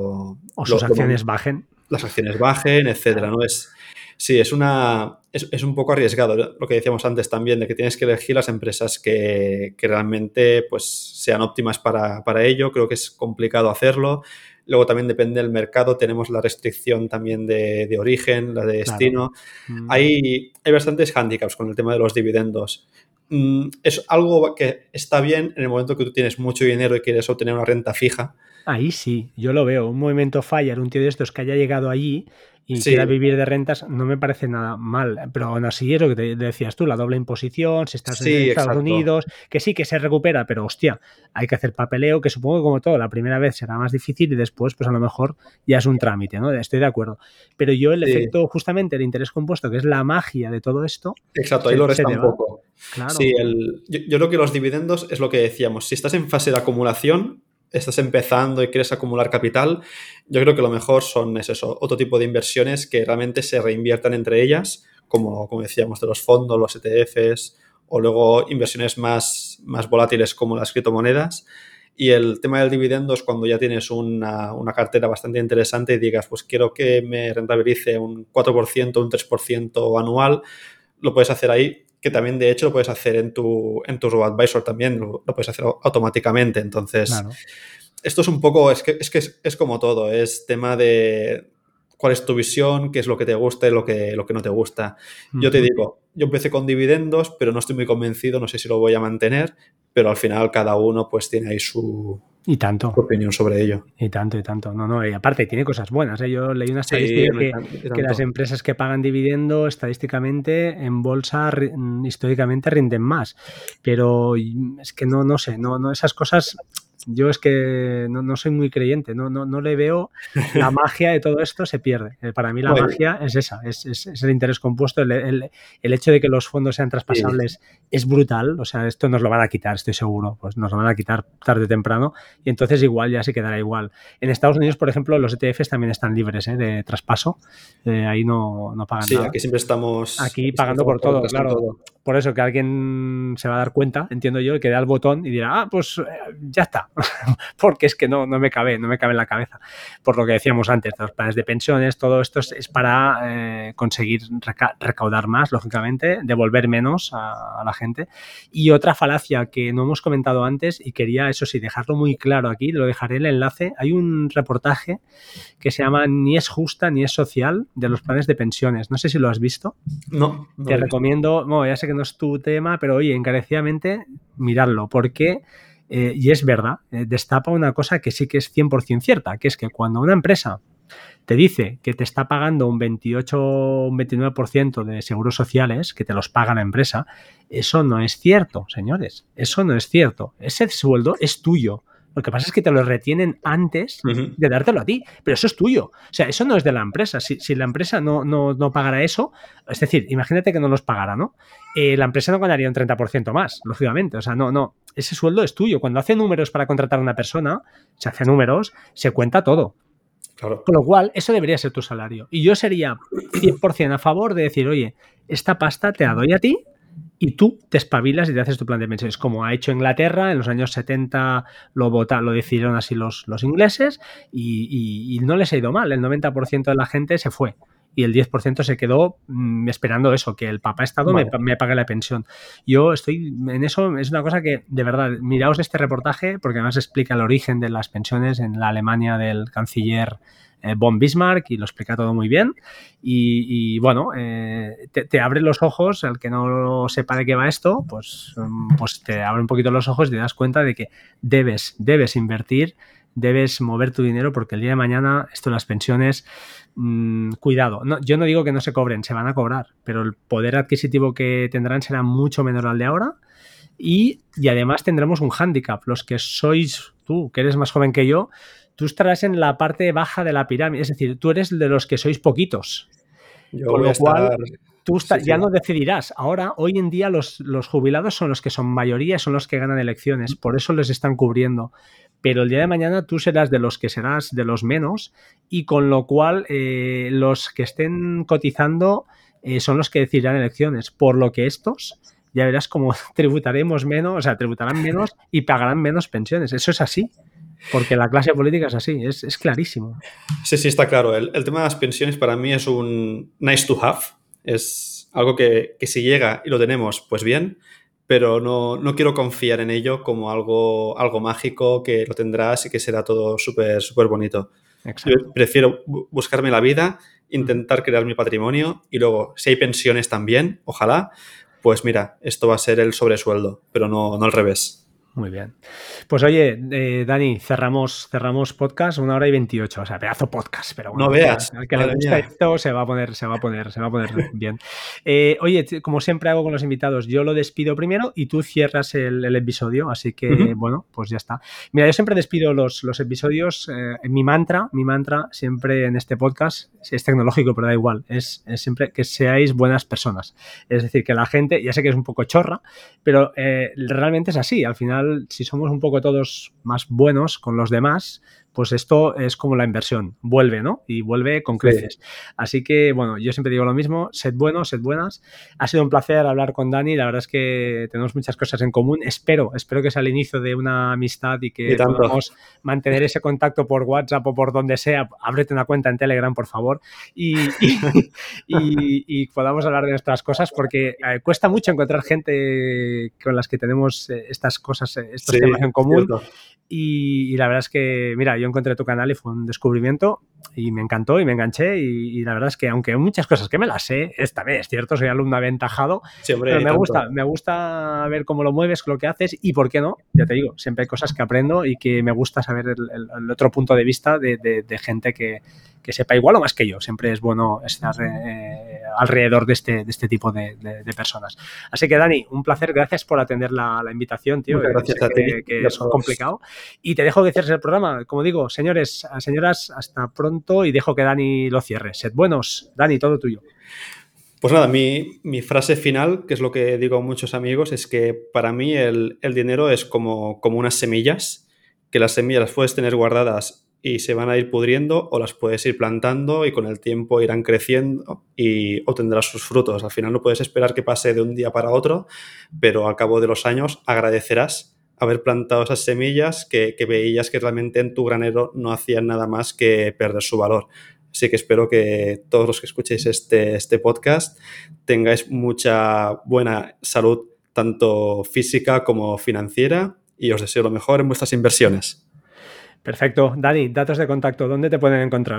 O lo- sus lo acciones bajen. las acciones bajen, etcétera, Claro. ¿no? Es, sí, es una. Es, es un poco arriesgado, ¿no? Lo que decíamos antes también, de que tienes que elegir las empresas que, que realmente pues, sean óptimas para, para ello. Creo que es complicado hacerlo. Luego también depende del mercado. Tenemos la restricción también de, de origen, la de Claro. destino. Mm. Hay, hay bastantes hándicaps con el tema de los dividendos. Mm, es algo que está bien en el momento que tú tienes mucho dinero y quieres obtener una renta fija. Ahí sí, yo lo veo. Un movimiento Fire, un tío de estos que haya llegado allí y Sí, quiera vivir de rentas, no me parece nada mal. Pero aún así es lo que te decías tú, la doble imposición, si estás en sí, Estados exacto. Unidos, que sí que se recupera, pero hostia, hay que hacer papeleo, que supongo que como todo, la primera vez será más difícil y después, pues a lo mejor ya es un trámite, ¿no? Estoy de acuerdo. Pero yo el Sí. efecto, justamente el interés compuesto, que es la magia de todo esto, Exacto, ahí se, lo se resta te un va. poco. Sí, Claro, el, yo, yo creo que los dividendos es lo que decíamos. Si estás en fase de acumulación, estás empezando y quieres acumular capital, yo creo que lo mejor son es eso, otro tipo de inversiones que realmente se reinviertan entre ellas, como, como decíamos, de los fondos, los E T Fs, o luego inversiones más, más volátiles como las criptomonedas. Y el tema del dividendo es cuando ya tienes una, una cartera bastante interesante y digas, pues quiero que me rentabilice un cuatro por ciento, un tres por ciento anual, lo puedes hacer ahí, que también de hecho lo puedes hacer en tu, en tu RoboAdvisor también, lo, lo puedes hacer automáticamente. Entonces, claro. esto es un poco, es que es, que es, es como todo, es tema de cuál es tu visión, qué es lo que te gusta y lo que, lo que no te gusta. Yo te Ujú. digo, yo empecé con dividendos, pero no estoy muy convencido, no sé si lo voy a mantener, pero al final cada uno pues tiene ahí su, Y su tanto. opinión sobre ello. Y tanto, y tanto. No, no, y aparte tiene cosas buenas, ¿eh? Yo leí una Sí, estadística no hay que, tan- no hay que las tanto. empresas que pagan dividendo estadísticamente en bolsa ri- mm, históricamente rinden más. Pero y- es que no, no sé, no, no, esas cosas, yo es que no, no soy muy creyente, no, no, no le veo la magia de todo esto, se pierde. Eh, Para mí la Bueno, magia es esa, es, es- es el interés compuesto, el, el- el hecho de que los fondos sean sí, traspasables es brutal, o sea, esto nos lo van a quitar, estoy seguro, pues nos lo van a quitar tarde o temprano y entonces igual ya se quedará igual. En Estados Unidos, por ejemplo, los E T Fs también están libres, ¿eh?, de traspaso. Eh, ahí no, no pagan sí, nada. aquí siempre estamos, Aquí aquí siempre pagando estamos por por todo, detrás con claro. todo. Por eso que alguien se va a dar cuenta, entiendo yo, que da el botón y dirá, ah, pues eh, ya está. Porque es que no, no me cabe, no me cabe en la cabeza. Por lo que decíamos antes, los planes de pensiones, todo esto es, es para eh, conseguir reca recaudar más, lógicamente, devolver menos a, a la gente. Y otra falacia que no hemos comentado antes y quería, eso sí, dejarlo muy claro aquí, lo dejaré el enlace. Hay un reportaje que se llama Ni es justa ni es social, de los planes de pensiones. No sé si lo has visto. No, no Te lo he visto. recomiendo, bueno, ya sé que no es tu tema, pero oye, encarecidamente mirarlo, porque, eh, y es verdad, eh, destapa una cosa que sí que es cien por ciento cierta, que es que cuando una empresa te dice que te está pagando un veintiocho o un veintinueve por ciento de seguros sociales, que te los paga la empresa, eso no es cierto, señores. Eso no es cierto. Ese sueldo es tuyo. Lo que pasa es que te lo retienen antes Ujú. de dártelo a ti, pero eso es tuyo. O sea, eso no es de la empresa. Si, si la empresa no, no, no pagara eso, es decir, imagínate que no los pagara, ¿no? Eh, la empresa no ganaría un treinta por ciento más, lógicamente. O sea, no, no. Ese sueldo es tuyo. Cuando hace números para contratar a una persona, se hace números, se cuenta todo. Claro. Con lo cual, eso debería ser tu salario. Y yo sería cien por ciento a favor de decir, oye, esta pasta te la doy a ti y tú te espabilas y te haces tu plan de pensiones, como ha hecho Inglaterra. En los años setenta lo, vota, lo decidieron así los, los ingleses y, y, y no les ha ido mal. El noventa por ciento de la gente se fue y el diez por ciento se quedó mmm, esperando eso, que el papá Estado me, Vale. me pague la pensión. Yo estoy en eso, es una cosa que, de verdad, miraos este reportaje porque además explica el origen de las pensiones en la Alemania del canciller eh, von Bismarck y lo explica todo muy bien. Y, y bueno, eh, te, te abre los ojos, el que no sepa de qué va esto, pues, pues te abre un poquito los ojos y te das cuenta de que debes, debes invertir, debes mover tu dinero porque el día de mañana esto de las pensiones, mmm, cuidado, no, yo no digo que no se cobren, se van a cobrar, pero el poder adquisitivo que tendrán será mucho menor al de ahora y, y además tendremos un hándicap, los que sois, tú que eres más joven que yo, tú estarás en la parte baja de la pirámide, es decir, tú eres de los que sois poquitos, Yo con voy a lo cual estar tú Sí, está, sí. ya no decidirás. Ahora, hoy en día, los, los jubilados son los que son mayoría, son los que ganan elecciones, por eso les están cubriendo. Pero el día de mañana tú serás de los que serás de los menos y con lo cual eh, los que estén cotizando eh, son los que decidirán elecciones, por lo que estos ya verás cómo tributaremos menos, o sea, tributarán menos y pagarán menos pensiones. Eso es así, porque la clase política es así, es, es clarísimo. Sí, sí, está claro. El, el tema de las pensiones para mí es un nice to have. Es algo que, que si llega y lo tenemos, pues bien, pero no, no quiero confiar en ello como algo, algo mágico que lo tendrás y que será todo súper, súper bonito. Exacto. Yo prefiero bu- buscarme la vida, intentar crear mi patrimonio y luego, si hay pensiones también, ojalá, pues mira, esto va a ser el sobresueldo, pero no, no al revés. Muy bien. Pues oye, eh, Dani, cerramos, cerramos podcast, una hora y veintiocho, o sea, pedazo podcast, pero No bueno, al que, veas, al que le madre gusta mía. esto se va a poner, se va a poner, se va a poner bien. Eh, oye, t- como siempre hago con los invitados, yo lo despido primero y tú cierras el, el episodio, así que Ujú. bueno, pues ya está. Mira, yo siempre despido los, los episodios, eh, mi mantra, mi mantra siempre en este podcast, es tecnológico, pero da igual, es, es siempre que seáis buenas personas. Es decir, que la gente, ya sé que es un poco chorra, pero eh, realmente es así. Al final, si somos un poco todos más buenos con los demás, pues esto es como la inversión, vuelve, ¿no? Y vuelve con Sí. creces. Así que, bueno, yo siempre digo lo mismo, sed buenos, sed buenas. Ha sido un placer hablar con Dani, la verdad es que tenemos muchas cosas en común. Espero, espero que sea el inicio de una amistad y Y que tanto. podamos mantener ese contacto por WhatsApp o por donde sea. Ábrete una cuenta en Telegram, por favor, y, y, y, y podamos hablar de nuestras cosas, porque eh, cuesta mucho encontrar gente con las que tenemos eh, estas cosas, eh, estos Sí, temas en común. cierto. Y, y la verdad es que, mira, yo encontré tu canal y fue un descubrimiento y me encantó y me enganché. Y, y la verdad es que, aunque hay muchas cosas que me las sé, esta vez es cierto, soy alumno aventajado, Sí, hombre, pero y me tanto. gusta, me gusta ver cómo lo mueves, lo que haces y, ¿por qué no? Ya te digo, siempre hay cosas que aprendo y que me gusta saber el, el, el otro punto de vista de, de, de gente que, que sepa igual o más que yo. Siempre es bueno estar eh, alrededor de este, de este tipo de, de, de personas. Así que, Dani, un placer. Gracias por atender la, la invitación, tío. Muchas Eh, gracias sé a ti que, y que a es todos. complicado. Y te dejo que cierres el programa. Como digo, señores, señoras, hasta pronto y dejo que Dani lo cierre. Sed buenos. Dani, todo tuyo. Pues nada, mi, mi frase final, que es lo que digo a muchos amigos, es que para mí el, el dinero es como, como unas semillas, que las semillas las puedes tener guardadas y se van a ir pudriendo o las puedes ir plantando y con el tiempo irán creciendo y obtendrás sus frutos. Al final no puedes esperar que pase de un día para otro, pero al cabo de los años agradecerás haber plantado esas semillas que, que veías que realmente en tu granero no hacían nada más que perder su valor. Así que espero que todos los que escuchéis este, este podcast tengáis mucha buena salud, tanto física como financiera, y os deseo lo mejor en vuestras inversiones. Perfecto. Dani, datos de contacto, ¿dónde te pueden encontrar?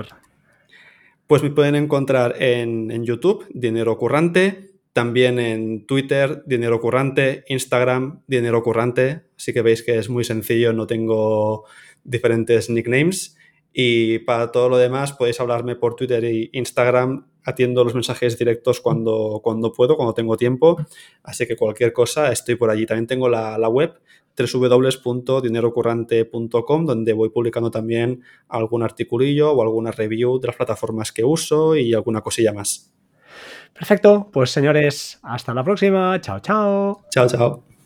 Pues me pueden encontrar en, en YouTube, Dinero Currante, también en Twitter, Dinero Currante, Instagram, Dinero Currante, así que veis que es muy sencillo, no tengo diferentes nicknames. Y para todo lo demás podéis hablarme por Twitter e Instagram, atiendo los mensajes directos cuando, cuando puedo, cuando tengo tiempo, así que cualquier cosa estoy por allí. También tengo la, la web doble u doble u doble u punto dinero currante punto com, donde voy publicando también algún articulillo o alguna review de las plataformas que uso y alguna cosilla más. Perfecto. Pues señores, hasta la próxima. Chao, chao. Chao, chao.